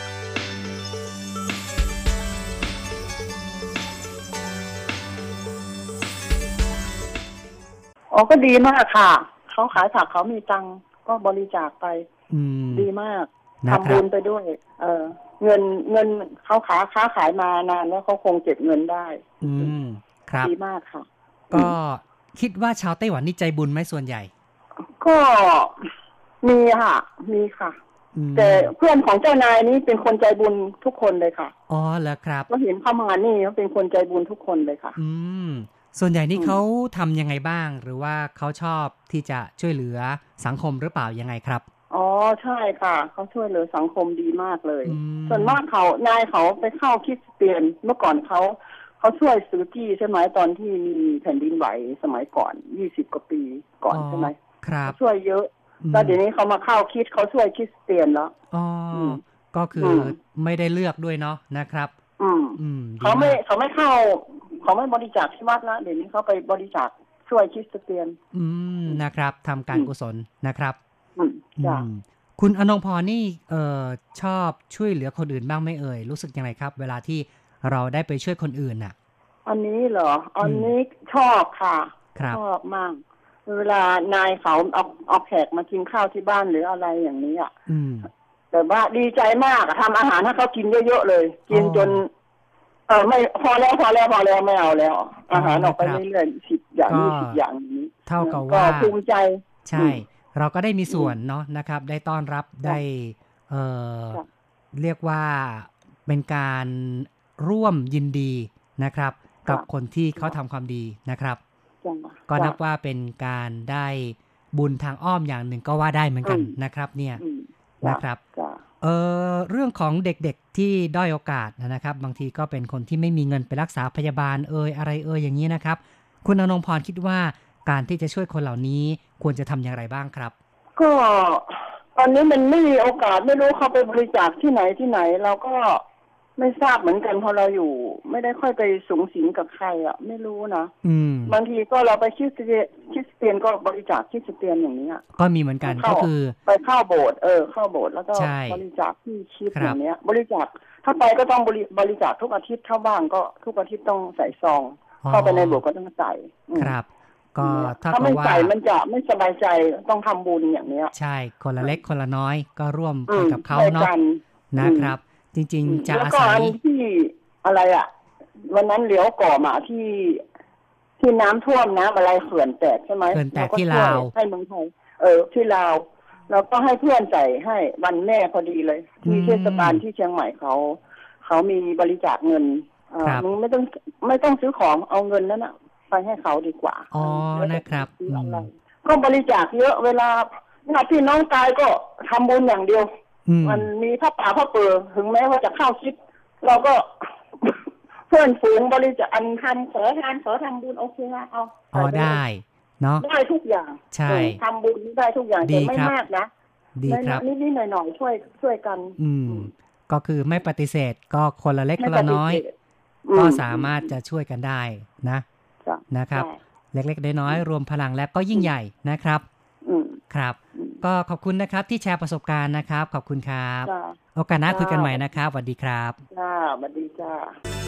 อ๋อก็ดีมากค่ะเขาขายผักเขามีตังก็บริจาคไปดีมากทำบุญไปด้วยเออเงินเงินเขาขาค้าขายมานานแล้วเขาคงเก็บเงินได้อืมครับดีมากค่ะก็คิดว่าชาวไต้หวันนี่ใจบุญไหมส่วนใหญ่ก็มีค่ะมีค่ะแต่เพื่อนของเจ้านายนี่เป็นคนใจบุญทุกคนเลยค่ะอ๋อเหรอครับก็เห็นเข้ามานี่เขาเป็นคนใจบุญทุกคนเลยค่ะอืมส่วนใหญ่นี่เขาทำยังไงบ้างหรือว่าเขาชอบที่จะช่วยเหลือสังคมหรือเปล่ายังไงครับอ๋อใช่ค่ะเขาช่วยเหลือสังคมดีมากเลยส่วนมากเขานายเขาไปเข้าคริสเตียนเมื่อก่อนเขาเขาช่วยซื้อที่ใช่ไหมตอนที่มีแผ่นดินไหวสมัยก่อนยี่สิบกว่าปีก่อนใช่ไหมครับช่วยเยอะแล้วเดี๋ยวนี้เขามาเข้าคริสเขาช่วยคริสเตียนแล้วอ๋อก็คือไม่ได้เลือกด้วยเนาะนะครับอืมเขาไม่เขาไม่เข้าเขาไม่บริจาคที่วัดแล้วเดี๋ยวนี้เขาไปบริจาคช่วยคริสเตียนอืมนะครับทำการกุศลนะครับอืมจ้ะคุณอนงพรนี่เอ่อชอบช่วยเหลือคนอื่นบ้างไหมเอ่ยรู้สึกยังไงครับเวลาที่เราได้ไปช่วยคนอื่นน่ะอันนี้เหรออันนี้ชอบค่ะชอบมากเวลานายเขาเอาเอาแขกมากินข้าวที่บ้านหรืออะไรอย่างนี้อ่ะแต่ว่าดีใจมากทำอาหารให้เขากินเยอะๆเลยกินจนเออไม่พอแล้วพอแล้วพอแล้วไม่เอาแล้วอาหารออกไปเรื่อยๆสิบอย่างนี้สิบอย่างนี้เท่ากับว่าภูมิใจใช่เราก็ได้มีส่วนเนาะนะครับได้ต้อนรับได้เอ่อเรียกว่าเป็นการร่วมยินดีนะครับกับคนที่เขาทำความดีนะครับก็นับว่าเป็นการได้บุญทางอ้อมอย่างหนึ่งก็ว่าได้เหมือนกันนะครับเนี่ยนะครับเออเรื่องของเด็กๆที่ด้อยโอกาสนะครับบางทีก็เป็นคนที่ไม่มีเงินไปรักษาพยาบาลเอ่ยอะไรเอ่ยอย่างนี้นะครับคุณอนงพรคิดว่าการที่จะช่วยคนเหล่านี้ควรจะทำอย่างไรบ้างครับก็ตอนนี้มันไม่มีโอกาสไม่รู้เขาไปบริจาคที่ไหนที่ไหนเราก็ไม่ทราบเหมือนกันพอเราอยู่ไม่ได้ค่อยไปสูงสิงกับใครอ่ะไม่รู้นะบางทีก็เราไปคริสเตียนคริสเตียนก็บริจาคคริสเตียนอย่างนี้ก็มีเหมือนกันก็คือไปเข้าโบสถ์เออเข้าโบสถ์แล้วก็บริจาคที่คริสอย่างเนี้ยบริจาคถ้าไปก็ต้องบริบริจาคทุกอาทิตย์เข้าบ้างก็ทุกอาทิตย์ต้องใส่ซองเข้าไปในโบสถ์ก็ต้องใส่ครับก็ถ้าไม่ใส่มันจะไม่สบายใจต้องทำบุญอย่างเนี้ยใช่คนละเล็กคนละน้อยก็ร่วมกับเขาเนาะนะครับจริงๆจะอาศัยที่อะไรอ่ะวันนั้นเลี้ยวก่อมาที่ที่น้ำท่วมน้ำอะไรเขื่อนแตกใช่ไหมเขื่อนแตกที่ลาวให้เมืองไทยเออที่ลาวแล้วก็ให้เพื่อนใส่ให้วันแม่พอดีเลยที่เทศบาลที่เชียงใหม่เขาเขามีบริจาคเงินอ่ามึงไม่ต้องไม่ต้องซื้อของเอาเงินนั้นน่ะไปให้เขาดีกว่าอ๋อนะครับก็บริจาคเยอะเวลาญาติพี่น้องตายก็ทำบุญอย่างเดียวมันมีผ้าป่าผ้าเปลือกถึงแม้ว่าจะเข้าคิดเราก็เพื่อนฝูงบริจาคอันทำขอทานขอทำบุญโอเคนะเอาอ๋อได้เนาะได้ทุกอย่างใช่ทำบุญได้ทุกอย่างแต่ไม่มากนะดีครับนิดๆหน่อยๆช่วยช่วยกันอืมก็คือไม่ปฏิเสธก็คนละเล็กคนละน้อยก็สามารถจะช่วยกันได้นะนะครับเล็กๆน้อยๆรวมพลังแล้วก็ยิ่งใหญ่นะครับครับก็ขอบคุณนะครับที่แชร์ประสบการณ์นะครับขอบคุณครับโอกาสหน้าคุยกันใหม่นะครับสวัสดีครับจ้าสวัสดีจ้า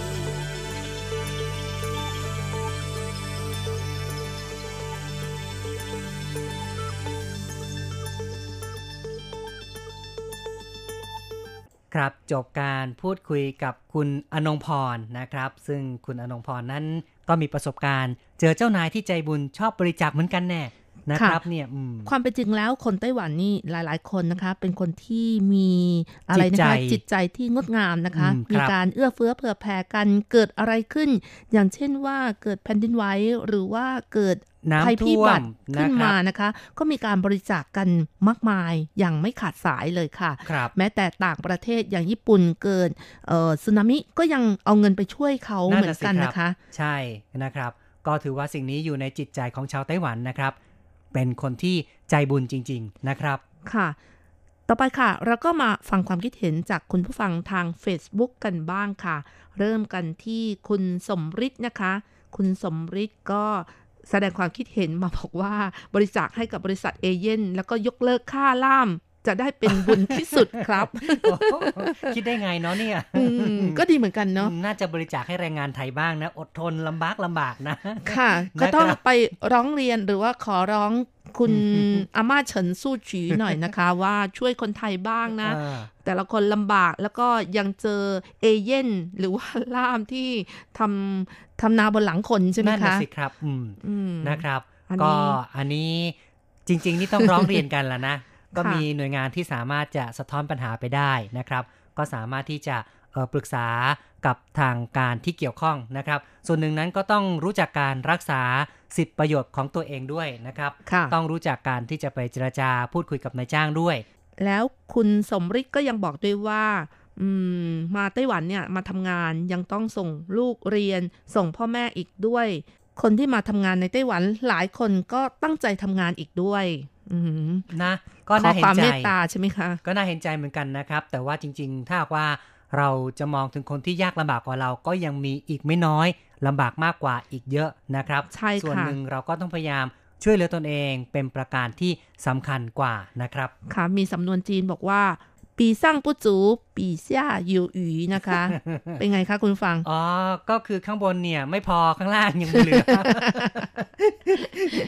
ครับจบการพูดคุยกับคุณอนงพรนะครับซึ่งคุณอนงพรนั้นก็มีประสบการณ์เจอเจ้านายที่ใจบุญชอบบริจาคเหมือนกันแน่นะครับเนี่ยความเป็นจริงแล้วคนไต้หวันนี่หลายๆคนนะคะเป็นคนที่มีอะไรนะคะจิตใจที่งดงามนะคะมีการเอื้อเฟื้อเผื่อแผ่กันเกิดอะไรขึ้นอย่างเช่นว่าเกิดแผ่นดินไหวหรือว่าเกิดภัยพิบัติขึ้นมานะคะก็มีการบริจาค ก, กันมากมายอย่างไม่ขาดสายเลยค่ะแม้แต่ต่างประเทศอย่างญี่ปุ่นเกิดสึนามิก็ยังเอาเงินไปช่วยเขาเหมือนกันนะคะใช่นะครับก็ถือว่าสิ่งนี้อยู่ในจิตใจของชาวไต้หวันนะครับเป็นคนที่ใจบุญจริงๆนะครับค่ะต่อไปค่ะเราก็มาฟังความคิดเห็นจากคุณผู้ฟังทาง Facebook กันบ้างค่ะเริ่มกันที่คุณสมฤทธิ์นะคะคุณสมฤทธิ์ก็แสดงความคิดเห็นมาบอกว่าบริจาคให้กับบริษัทเอเย่นแล้วก็ยกเลิกค่าล่ามจะได้เป็นบุญที่สุดครับคิดได้ไงเนาะเนี่ยก็ดีเหมือนกันเนาะน่าจะบริจาคให้แรงงานไทยบ้างนะอดทนลำบากลำบากนะค่ะก็ต้องไปร้องเรียนหรือว่าขอร้องคุณอาม่าเฉินสู้จีหน่อยนะคะว่าช่วยคนไทยบ้างนะแต่ละคนลำบากแล้วก็ยังเจอเอเย่นหรือว่าล่ามที่ทำทำนาบนหลังคนใช่ไหมคะนั่นสิครับอืมนะครับก็อันนี้จริงๆนี่ต้องร้องเรียนกันแล้วนะก็มีหน่วยงานที่สามารถจะสะท้อนปัญหาไปได้นะครับก็สามารถที่จะปรึกษากับทางการที่เกี่ยวข้องนะครับส่วนหนึ่งนั้นก็ต้องรู้จักการรักษาสิทธิประโยชน์ของตัวเองด้วยนะครับต้องรู้จักการที่จะไปเจรจาพูดคุยกับนายจ้างด้วยแล้วคุณสมฤทธิ์ก็ยังบอกด้วยว่าอืมมาไต้หวันเนี่ยมาทำงานยังต้องส่งลูกเรียนส่งพ่อแม่อีกด้วยคนที่มาทำงานในไต้หวันหลายคนก็ตั้งใจทำงานอีกด้วยนะก็น่าเห็นใจขอความเมตตาใช่ไหมคะก็น่าเห็นใจเหมือนกันนะครับแต่ว่าจริงๆถ้าว่าเราจะมองถึงคนที่ยากลำบากกว่าเราก็ยังมีอีกไม่น้อยลำบากมากกว่าอีกเยอะนะครับส่วนหนึ่งเราก็ต้องพยายามช่วยเหลือตนเองเป็นประการที่สำคัญกว่านะครับค่ะมีสำนวนจีนบอกว่าปีสร้างผู้จูปีเสี่ยอยู่อีนะคะ เป็นไงคะคุณฟังอ๋อก็คือข้างบนเนี่ยไม่พอข้างล่างยังเหลือ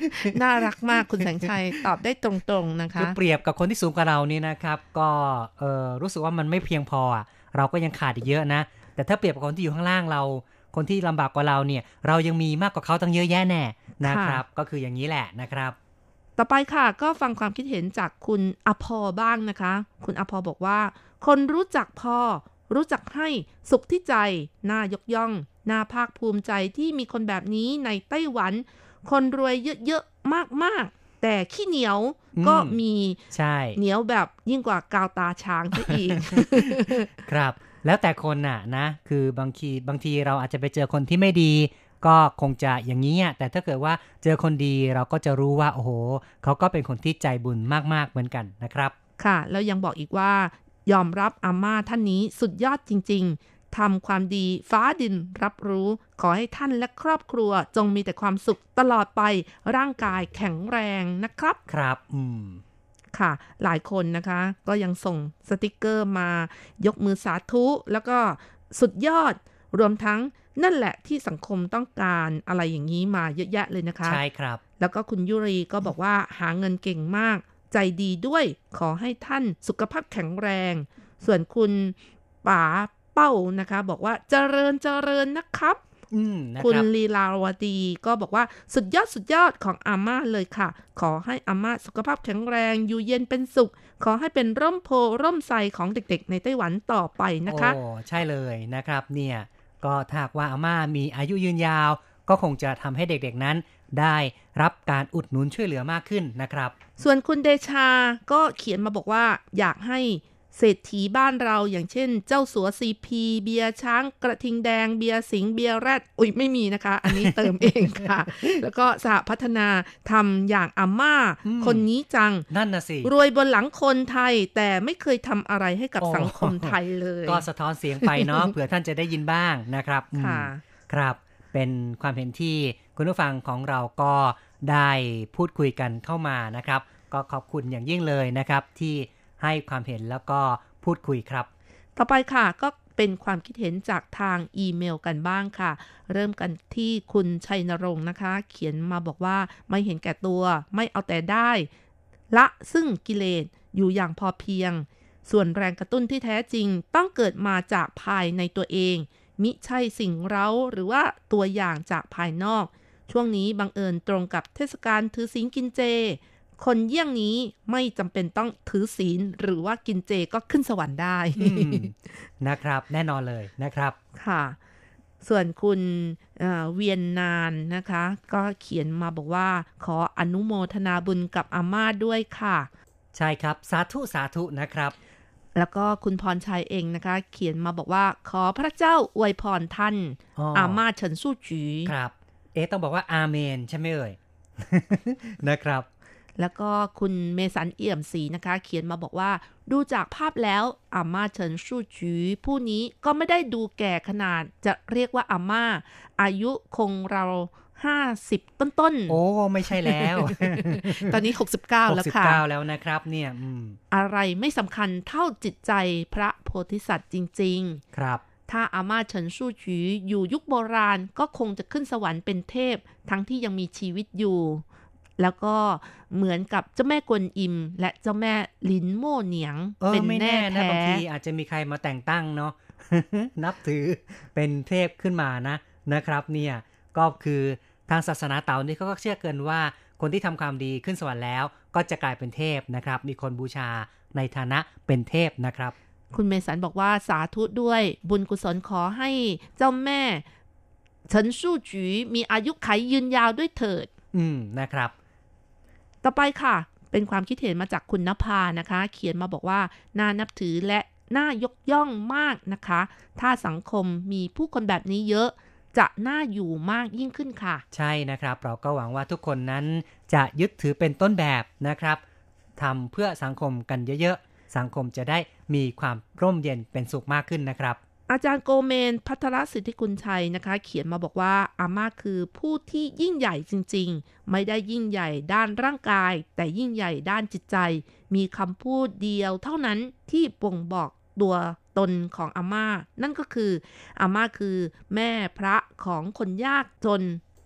น่ารักมากคุณแสงชัยตอบได้ตรงๆนะคะคือเปรียบกับคนที่สูงกว่าเรานี่นะครับก็เอ่อรู้สึกว่ามันไม่เพียงพอเราก็ยังขาดอีกเยอะนะแต่ถ้าเปรียบกับคนที่อยู่ข้างล่างเราคนที่ลำบากกว่าเราเนี่ยเรายังมีมากกว่าเขาตั้งเยอะแยะแน่นะครับก็คืออย่างนี้แหละนะครับต่อไปค่ะก็ฟังความคิดเห็นจากคุณอภรบ้างนะคะคุณอภรบอกว่าคนรู้จักพอรู้จักให้สุขที่ใจน่ายกย่องน่าภาคภูมิใจที่มีคนแบบนี้ในไต้หวันคนรวยเยอะๆมากๆแต่ขี้เหนียวก็มีใช่เหนียวแบบยิ่งกว่ากาวตาช้างซะอีกครับแล้วแต่คนน่ะนะคือบางทีบางทีเราอาจจะไปเจอคนที่ไม่ดีก็คงจะอย่างนี้แต่ถ้าเกิดว่าเจอคนดีเราก็จะรู้ว่าโอ้โหเขาก็เป็นคนที่ใจบุญมากๆเหมือนกันนะครับค่ะแล้วยังบอกอีกว่ายอมรับอาม่าท่านนี้สุดยอดจริงๆทำความดีฟ้าดินรับรู้ขอให้ท่านและครอบครัวจงมีแต่ความสุขตลอดไปร่างกายแข็งแรงนะครับครับอืมค่ะหลายคนนะคะก็ยังส่งสติกเกอร์มายกมือสาธุแล้วก็สุดยอดรวมทั้งนั่นแหละที่สังคมต้องการอะไรอย่างนี้มาเยอะแยะเลยนะคะใช่ครับแล้วก็คุณยุรีก็บอกว่าหาเงินเก่งมากใจดีด้วยขอให้ท่านสุขภาพแข็งแรงส่วนคุณป๋าเป้านะคะบอกว่าเจริญเจริญนะครับคุณลีลาวดีก็บอกว่าสุดยอดสุดยอดของอาม่าเลยค่ะขอให้อาม่าสุขภาพแข็งแรงอยู่เย็นเป็นสุขขอให้เป็นร่มโพร่มไทรของเด็กๆในไต้หวันต่อไปนะคะโอ้ใช่เลยนะครับเนี่ยก็ถ้าว่าอาม่ามีอายุยืนยาวก็คงจะทำให้เด็กๆนั้นได้รับการอุดหนุนช่วยเหลือมากขึ้นนะครับส่วนคุณเดชาก็เขียนมาบอกว่าอยากให้เศรษฐีบ้านเราอย่างเช่นเจ้าสัวซีพีเบียร์ช้างกระทิงแดงเบียร์สิงห์เบียร์แรดอุ๊ยไม่มีนะคะอันนี้เติมเองค่ะ แล้วก็สหพัฒนาทำอย่างอาม่าคนนี้จังนั่นน่ะสิรวยบนหลังคนไทยแต่ไม่เคยทำอะไรให้กับสังคมไทยเลยก็สะท้อนเสียงไปเนาะ เผื่อท่านจะได้ยินบ้างนะครับค่ะครับเป็นความเห็นที่คุณผู้ฟังของเราก็ได้พูดคุยกันเข้ามานะครับก็ขอบคุณอย่างยิ่งเลยนะครับที่ให้ความเห็นแล้วก็พูดคุยครับต่อไปค่ะก็เป็นความคิดเห็นจากทางอีเมลกันบ้างค่ะเริ่มกันที่คุณชัยนรงค์นะคะเขียนมาบอกว่าไม่เห็นแก่ตัวไม่เอาแต่ได้ละซึ่งกิเลสอยู่อย่างพอเพียงส่วนแรงกระตุ้นที่แท้จริงต้องเกิดมาจากภายในตัวเองมิใช่สิ่งเร้าหรือว่าตัวอย่างจากภายนอกช่วงนี้บังเอิญตรงกับเทศกาลถือศีลกินเจคนเยี่ยงนี้ไม่จำเป็นต้องถือศีลหรือว่ากินเจก็ขึ้นสวรรค์ได้นะครับแน่นอนเลยนะครับค่ะส่วนคุณ เอ่อ เวียนนานนะคะก็เขียนมาบอกว่าขออนุโมทนาบุญกับอาม่าด้วยค่ะใช่ครับสาธุสาธุนะครับแล้วก็คุณพรชัยเองนะคะเขียนมาบอกว่าขอพระเจ้าอวยพรท่านอาม่าเฉินสู้จีครับเอ๊ะต้องบอกว่าอาเมนใช่ไหมเอ่ย นะครับแล้วก็คุณเมสันเอี่ยมศรีนะคะเขียนมาบอกว่าดูจากภาพแล้วอาม่าเฉินสู้จีผู้นี้ก็ไม่ได้ดูแก่ขนาดจะเรียกว่าอาม่าอายุคงเราห้าสิบต้นๆโอ้ไม่ใช่แล้วตอนนี้หกสิบเก้าแล้วค่ะหกสิบเก้าแล้วนะครับเนี่ยอืมอะไรไม่สำคัญเท่าจิตใจพระโพธิสัตว์จริงๆครับถ้าอาม่าเฉินสู้จีอยู่ยุคโบราณก็คงจะขึ้นสวรรค์เป็นเทพทั้งที่ยังมีชีวิตอยู่แล้วก็เหมือนกับเจ้าแม่กวนอิมและเจ้าแม่ลินโม่เหนียงเป็นแน่แท้บางทีอาจจะมีใครมาแต่งตั้งเนาะ นับถือเป็นเทพขึ้นมานะนะครับเนี่ยก็คือทางศาสนาเต๋านี่เขาก็เชื่อเกินว่าคนที่ทำความดีขึ้นสวรรค์แล้วก็จะกลายเป็นเทพนะครับมีคนบูชาในฐานะเป็นเทพนะครับคุณเมสันบอกว่าสาธุด้วยบุญกุศลขอให้เจ้าแม่เฉินสู้จีมีอายุขัยยืนยาวด้วยเถิดอืมนะครับต่อไปค่ะเป็นความคิดเห็นมาจากคุณณภานะคะเขียนมาบอกว่าน่านับถือและน่ายกย่องมากนะคะถ้าสังคมมีผู้คนแบบนี้เยอะจะน่าอยู่มากยิ่งขึ้นค่ะใช่นะครับเราก็หวังว่าทุกคนนั้นจะยึดถือเป็นต้นแบบนะครับทำเพื่อสังคมกันเยอะๆสังคมจะได้มีความร่มเย็นเป็นสุขมากขึ้นนะครับอาจารย์โกเมนภัทรสิทธิกุลชัยนะคะเขียนมาบอกว่าอาม่าคือผู้ที่ยิ่งใหญ่จริงๆไม่ได้ยิ่งใหญ่ด้านร่างกายแต่ยิ่งใหญ่ด้านจิตใจมีคำพูดเดียวเท่านั้นที่บ่งบอกตัวตนของอาม่านั่นก็คืออาม่าคือแม่พระของคนยากจน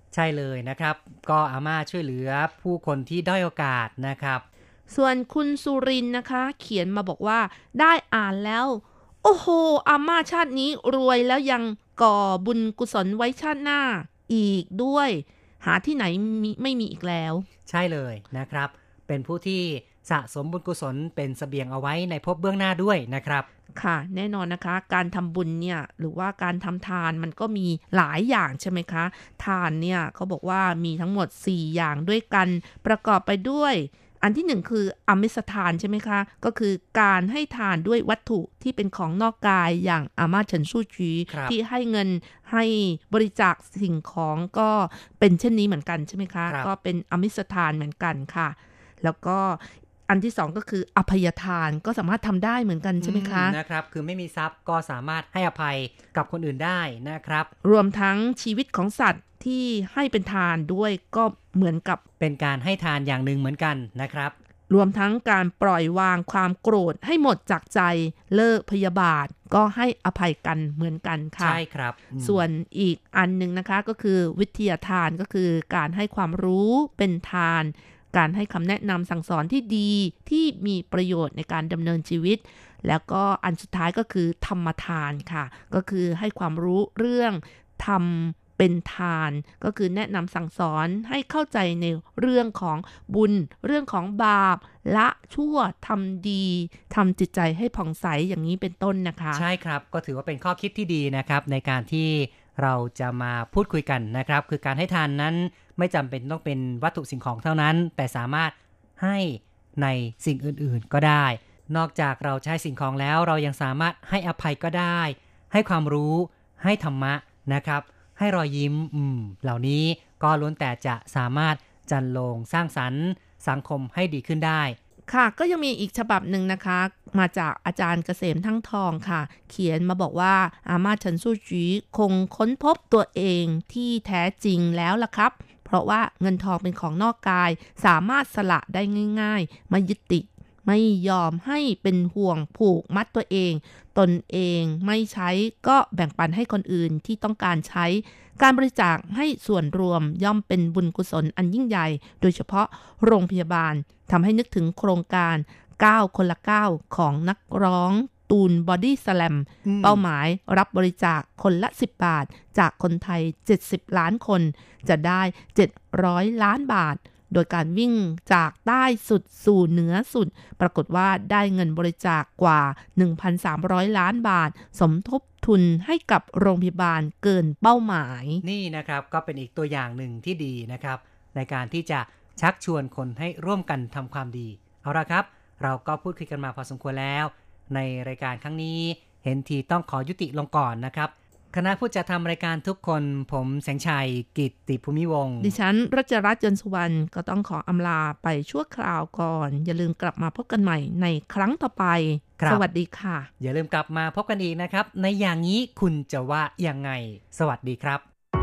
ใช่เลยนะครับก็อาม่าช่วยเหลือผู้คนที่ด้อยโอกาสนะครับส่วนคุณสุรินทร์นะคะเขียนมาบอกว่าได้อ่านแล้วโอ้โหอาม่าชาตินี้รวยแล้วยังก่อบุญกุศลไว้ชาติหน้าอีกด้วยหาที่ไหนไม่มีอีกแล้วใช่เลยนะครับเป็นผู้ที่สะสมบุญกุศลเป็นเสบียงเอาไว้ในภพเบื้องหน้าด้วยนะครับค่ะแน่นอนนะคะการทำบุญเนี่ยหรือว่าการทำทานมันก็มีหลายอย่างใช่ไหมคะทานเนี่ยเขาบอกว่ามีทั้งหมดสี่อย่างด้วยกันประกอบไปด้วยอันที่หนึ่งคืออมิสทานใช่ไหมคะก็คือการให้ทานด้วยวัตถุที่เป็นของนอกกายอย่างอาม่าเฉินซู่จีที่ให้เงินให้บริจาคสิ่งของก็เป็นเช่นนี้เหมือนกันใช่ไหมคะก็เป็นอมิสทานเหมือนกันค่ะแล้วก็อันที่สองก็คืออภัยทานก็สามารถทำได้เหมือนกันใช่ไหมคะนะครับคือไม่มีทรัพย์ก็สามารถให้อภัยกับคนอื่นได้นะครับรวมทั้งชีวิตของสัตว์ที่ให้เป็นทานด้วยก็เหมือนกับเป็นการให้ทานอย่างหนึ่งเหมือนกันนะครับรวมทั้งการปล่อยวางความโกรธให้หมดจากใจเลิกพยาบาทก็ให้อภัยกันเหมือนกันค่ะใช่ครับส่วนอีกอันนึงนะคะก็คือวิทยาทานก็คือการให้ความรู้เป็นทานการให้คำแนะนำสั่งสอนที่ดีที่มีประโยชน์ในการดำเนินชีวิตแล้วก็อันสุดท้ายก็คือธรรมทานค่ะก็คือให้ความรู้เรื่องธรรมเป็นทานก็คือแนะนำสั่งสอนให้เข้าใจในเรื่องของบุญเรื่องของบาปละชั่วทำดีทำจิตใจให้ผ่องใสอย่างนี้เป็นต้นนะคะใช่ครับก็ถือว่าเป็นข้อคิดที่ดีนะครับในการที่เราจะมาพูดคุยกันนะครับคือการให้ทานนั้นไม่จำเป็นต้องเป็นวัตถุสิ่งของเท่านั้นแต่สามารถให้ในสิ่งอื่นๆก็ได้นอกจากเราใช้สิ่งของแล้วเรายังสามารถให้อภัยก็ได้ให้ความรู้ให้ธรรมะนะครับให้รอยยิ้มอืมเหล่านี้ก็ล้วนแต่จะสามารถจันโลงสร้างสรรค์สังคมให้ดีขึ้นได้ค่ะก็ยังมีอีกฉบับหนึ่งนะคะมาจากอาจารย์เกษมทั้งทองค่ะเขียนมาบอกว่าอาม่าเฉินซู่จีคงค้นพบตัวเองที่แท้จริงแล้วล่ะครับเพราะว่าเงินทองเป็นของนอกกายสามารถสละได้ง่ายๆไม่ยึดติดไม่ยอมให้เป็นห่วงผูกมัดตัวเองตนเองไม่ใช้ก็แบ่งปันให้คนอื่นที่ต้องการใช้การบริจาคให้ส่วนรวมย่อมเป็นบุญกุศลอันยิ่งใหญ่โดยเฉพาะโรงพยาบาลทำให้นึกถึงโครงการเก้าคนละเก้าของนักร้องตูนบอดี้สแลมเป้าหมายรับบริจาคคนละสิบบาทจากคนไทยเจ็ดสิบล้านคนจะได้เจ็ดร้อยล้านบาทโดยการวิ่งจากใต้สุดสู่เหนือสุดปรากฏว่าได้เงินบริจาคกว่า หนึ่งพันสามร้อย ล้านบาทสมทบทุนให้กับโรงพยาบาลเกินเป้าหมายนี่นะครับก็เป็นอีกตัวอย่างหนึ่งที่ดีนะครับในการที่จะชักชวนคนให้ร่วมกันทำความดีเอาละครับเราก็พูดคุยกันมาพอสมควรแล้วในรายการครั้งนี้เห็นทีต้องขอยุติลงก่อนนะครับคณะผู้จัดทำรายการทุกคนผมแสงชัยกิตติภูมิวงศ์ดิฉันรัชรัตน์ ยนต์สุวรรณก็ต้องขออำลาไปชั่วคราวก่อนอย่าลืมกลับมาพบกันใหม่ในครั้งต่อไปสวัสดีค่ะอย่าลืมกลับมาพบกันอีกนะครับในอย่างนี้คุณจะว่ายังไงสวัสดีครับ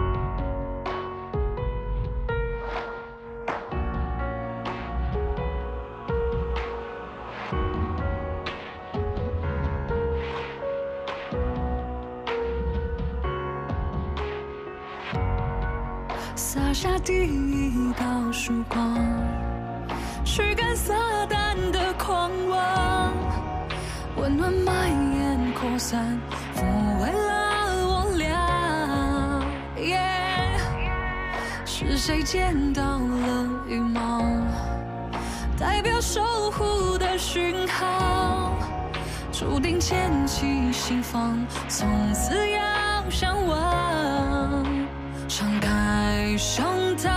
洒下第一道曙光，驱赶撒旦的狂妄，温暖蔓延扩散，抚慰了我俩。Yeah， 是谁捡到了羽毛，代表守护的讯号，注定牵起心房，从此要向往。敞开胸膛，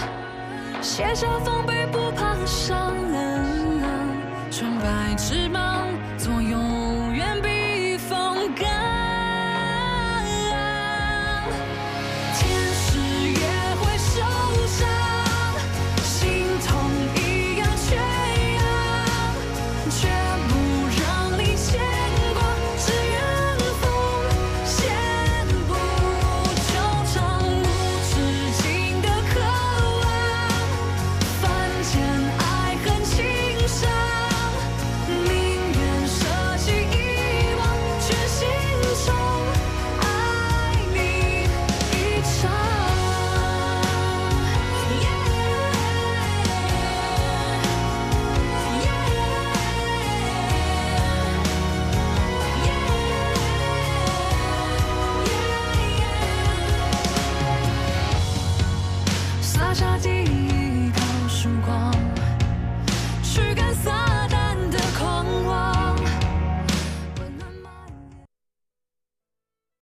卸下防备，不怕伤人，纯白翅膀。